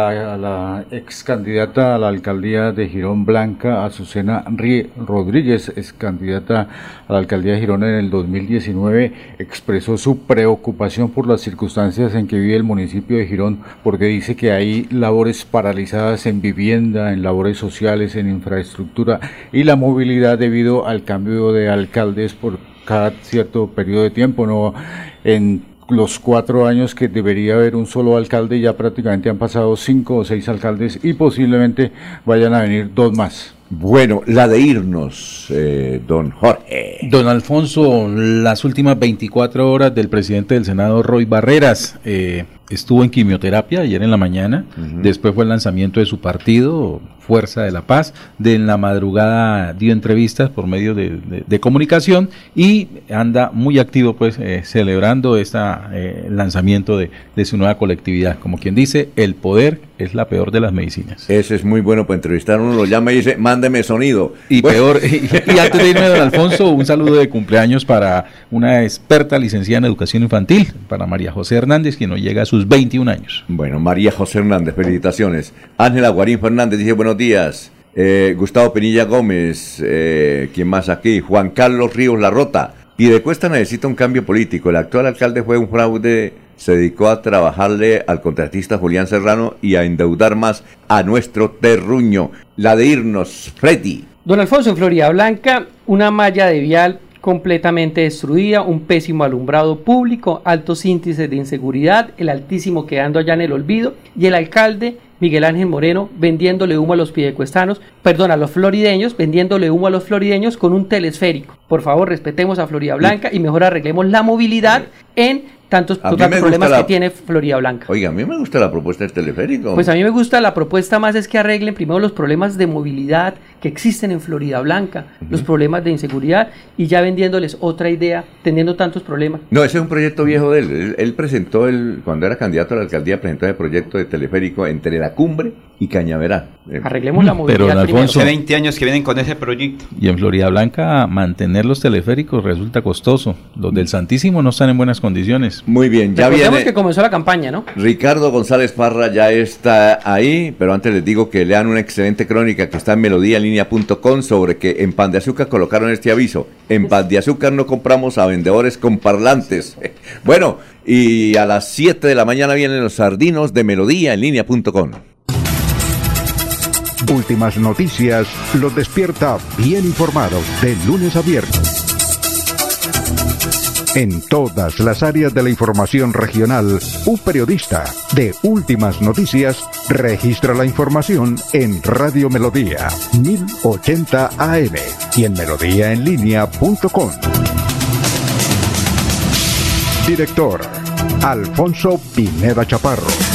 la ex candidata a la alcaldía de Girón, Blanca Azucena Rodríguez, ex candidata a la alcaldía de Girón en el 2019, expresó su preocupación por las circunstancias en que vive el municipio de Girón, porque dice que hay labores paralizadas en vivienda, en labores sociales, en infraestructura y la movilidad debido al cambio de alcaldes por cada cierto periodo de tiempo, no en los 4 años que debería haber un solo alcalde, ya prácticamente han pasado 5 o 6 alcaldes y posiblemente vayan a venir 2 más. Bueno, la de irnos, don Jorge. Don Alfonso, las últimas 24 horas del presidente del Senado, Roy Barreras, estuvo en quimioterapia ayer en la mañana, después fue el lanzamiento de su partido, Fuerza de la Paz, en la madrugada dio entrevistas por medio de comunicación y anda muy activo pues celebrando este lanzamiento de su nueva colectividad. Como quien dice, el poder es la peor de las medicinas. Ese es muy bueno para entrevistar, uno lo llama y dice, mándeme sonido. Y peor, y antes de irme, don Alfonso, un saludo de cumpleaños para una experta licenciada en educación infantil, para María José Hernández, quien hoy llega a sus 21 años. Bueno, María José Hernández, felicitaciones. Ángela Guarín Fernández dice, buenos días. Gustavo Pinilla Gómez, ¿quién más aquí? Juan Carlos Ríos Larrota. Piedecuesta necesita un cambio político. El actual alcalde fue un fraude, se dedicó a trabajarle al contratista Julián Serrano y a endeudar más a nuestro terruño. La de irnos, Freddy. Don Alfonso, en Florida Blanca, una malla de vial completamente destruida, un pésimo alumbrado público, altos índices de inseguridad, el altísimo quedando allá en el olvido, y el alcalde Miguel Ángel Moreno vendiéndole humo a los piedecuestanos, a los florideños, vendiéndole humo a los florideños con un telesférico. Por favor, respetemos a Florida Blanca y mejor arreglemos la movilidad en tantos problemas que tiene Florida Blanca. Oiga, a mí me gusta la propuesta del teleférico. Pues a mí me gusta la propuesta más es que arreglen primero los problemas de movilidad que existen en Florida Blanca, los problemas de inseguridad, y ya vendiéndoles otra idea, teniendo tantos problemas. No, ese es un proyecto viejo de él. Él presentó, cuando era candidato a la alcaldía, presentó el proyecto de teleférico entre La Cumbre y Cañaveral. Arreglemos la movilidad. Pero, primero. Hace 20 años que vienen con ese proyecto. Y en Florida Blanca mantener los teleféricos resulta costoso. Los del Santísimo no están en buenas condiciones. Muy bien, ya Recordemos viene. Que comenzó la campaña, ¿no? Ricardo González Parra ya está ahí, pero antes les digo que lean una excelente crónica que está en melodíaenlínea.com sobre que en Pan de Azúcar colocaron este aviso. En Pan de Azúcar no compramos a vendedores con parlantes. Bueno, y a las 7 de la mañana vienen los sardinos de melodíaenlínea.com. Últimas noticias los despierta bien informados de lunes a viernes. En todas las áreas de la información regional, un periodista de Últimas Noticias registra la información en Radio Melodía 1080 AM y en melodíaenlínea.com. Director Alfonso Pineda Chaparro.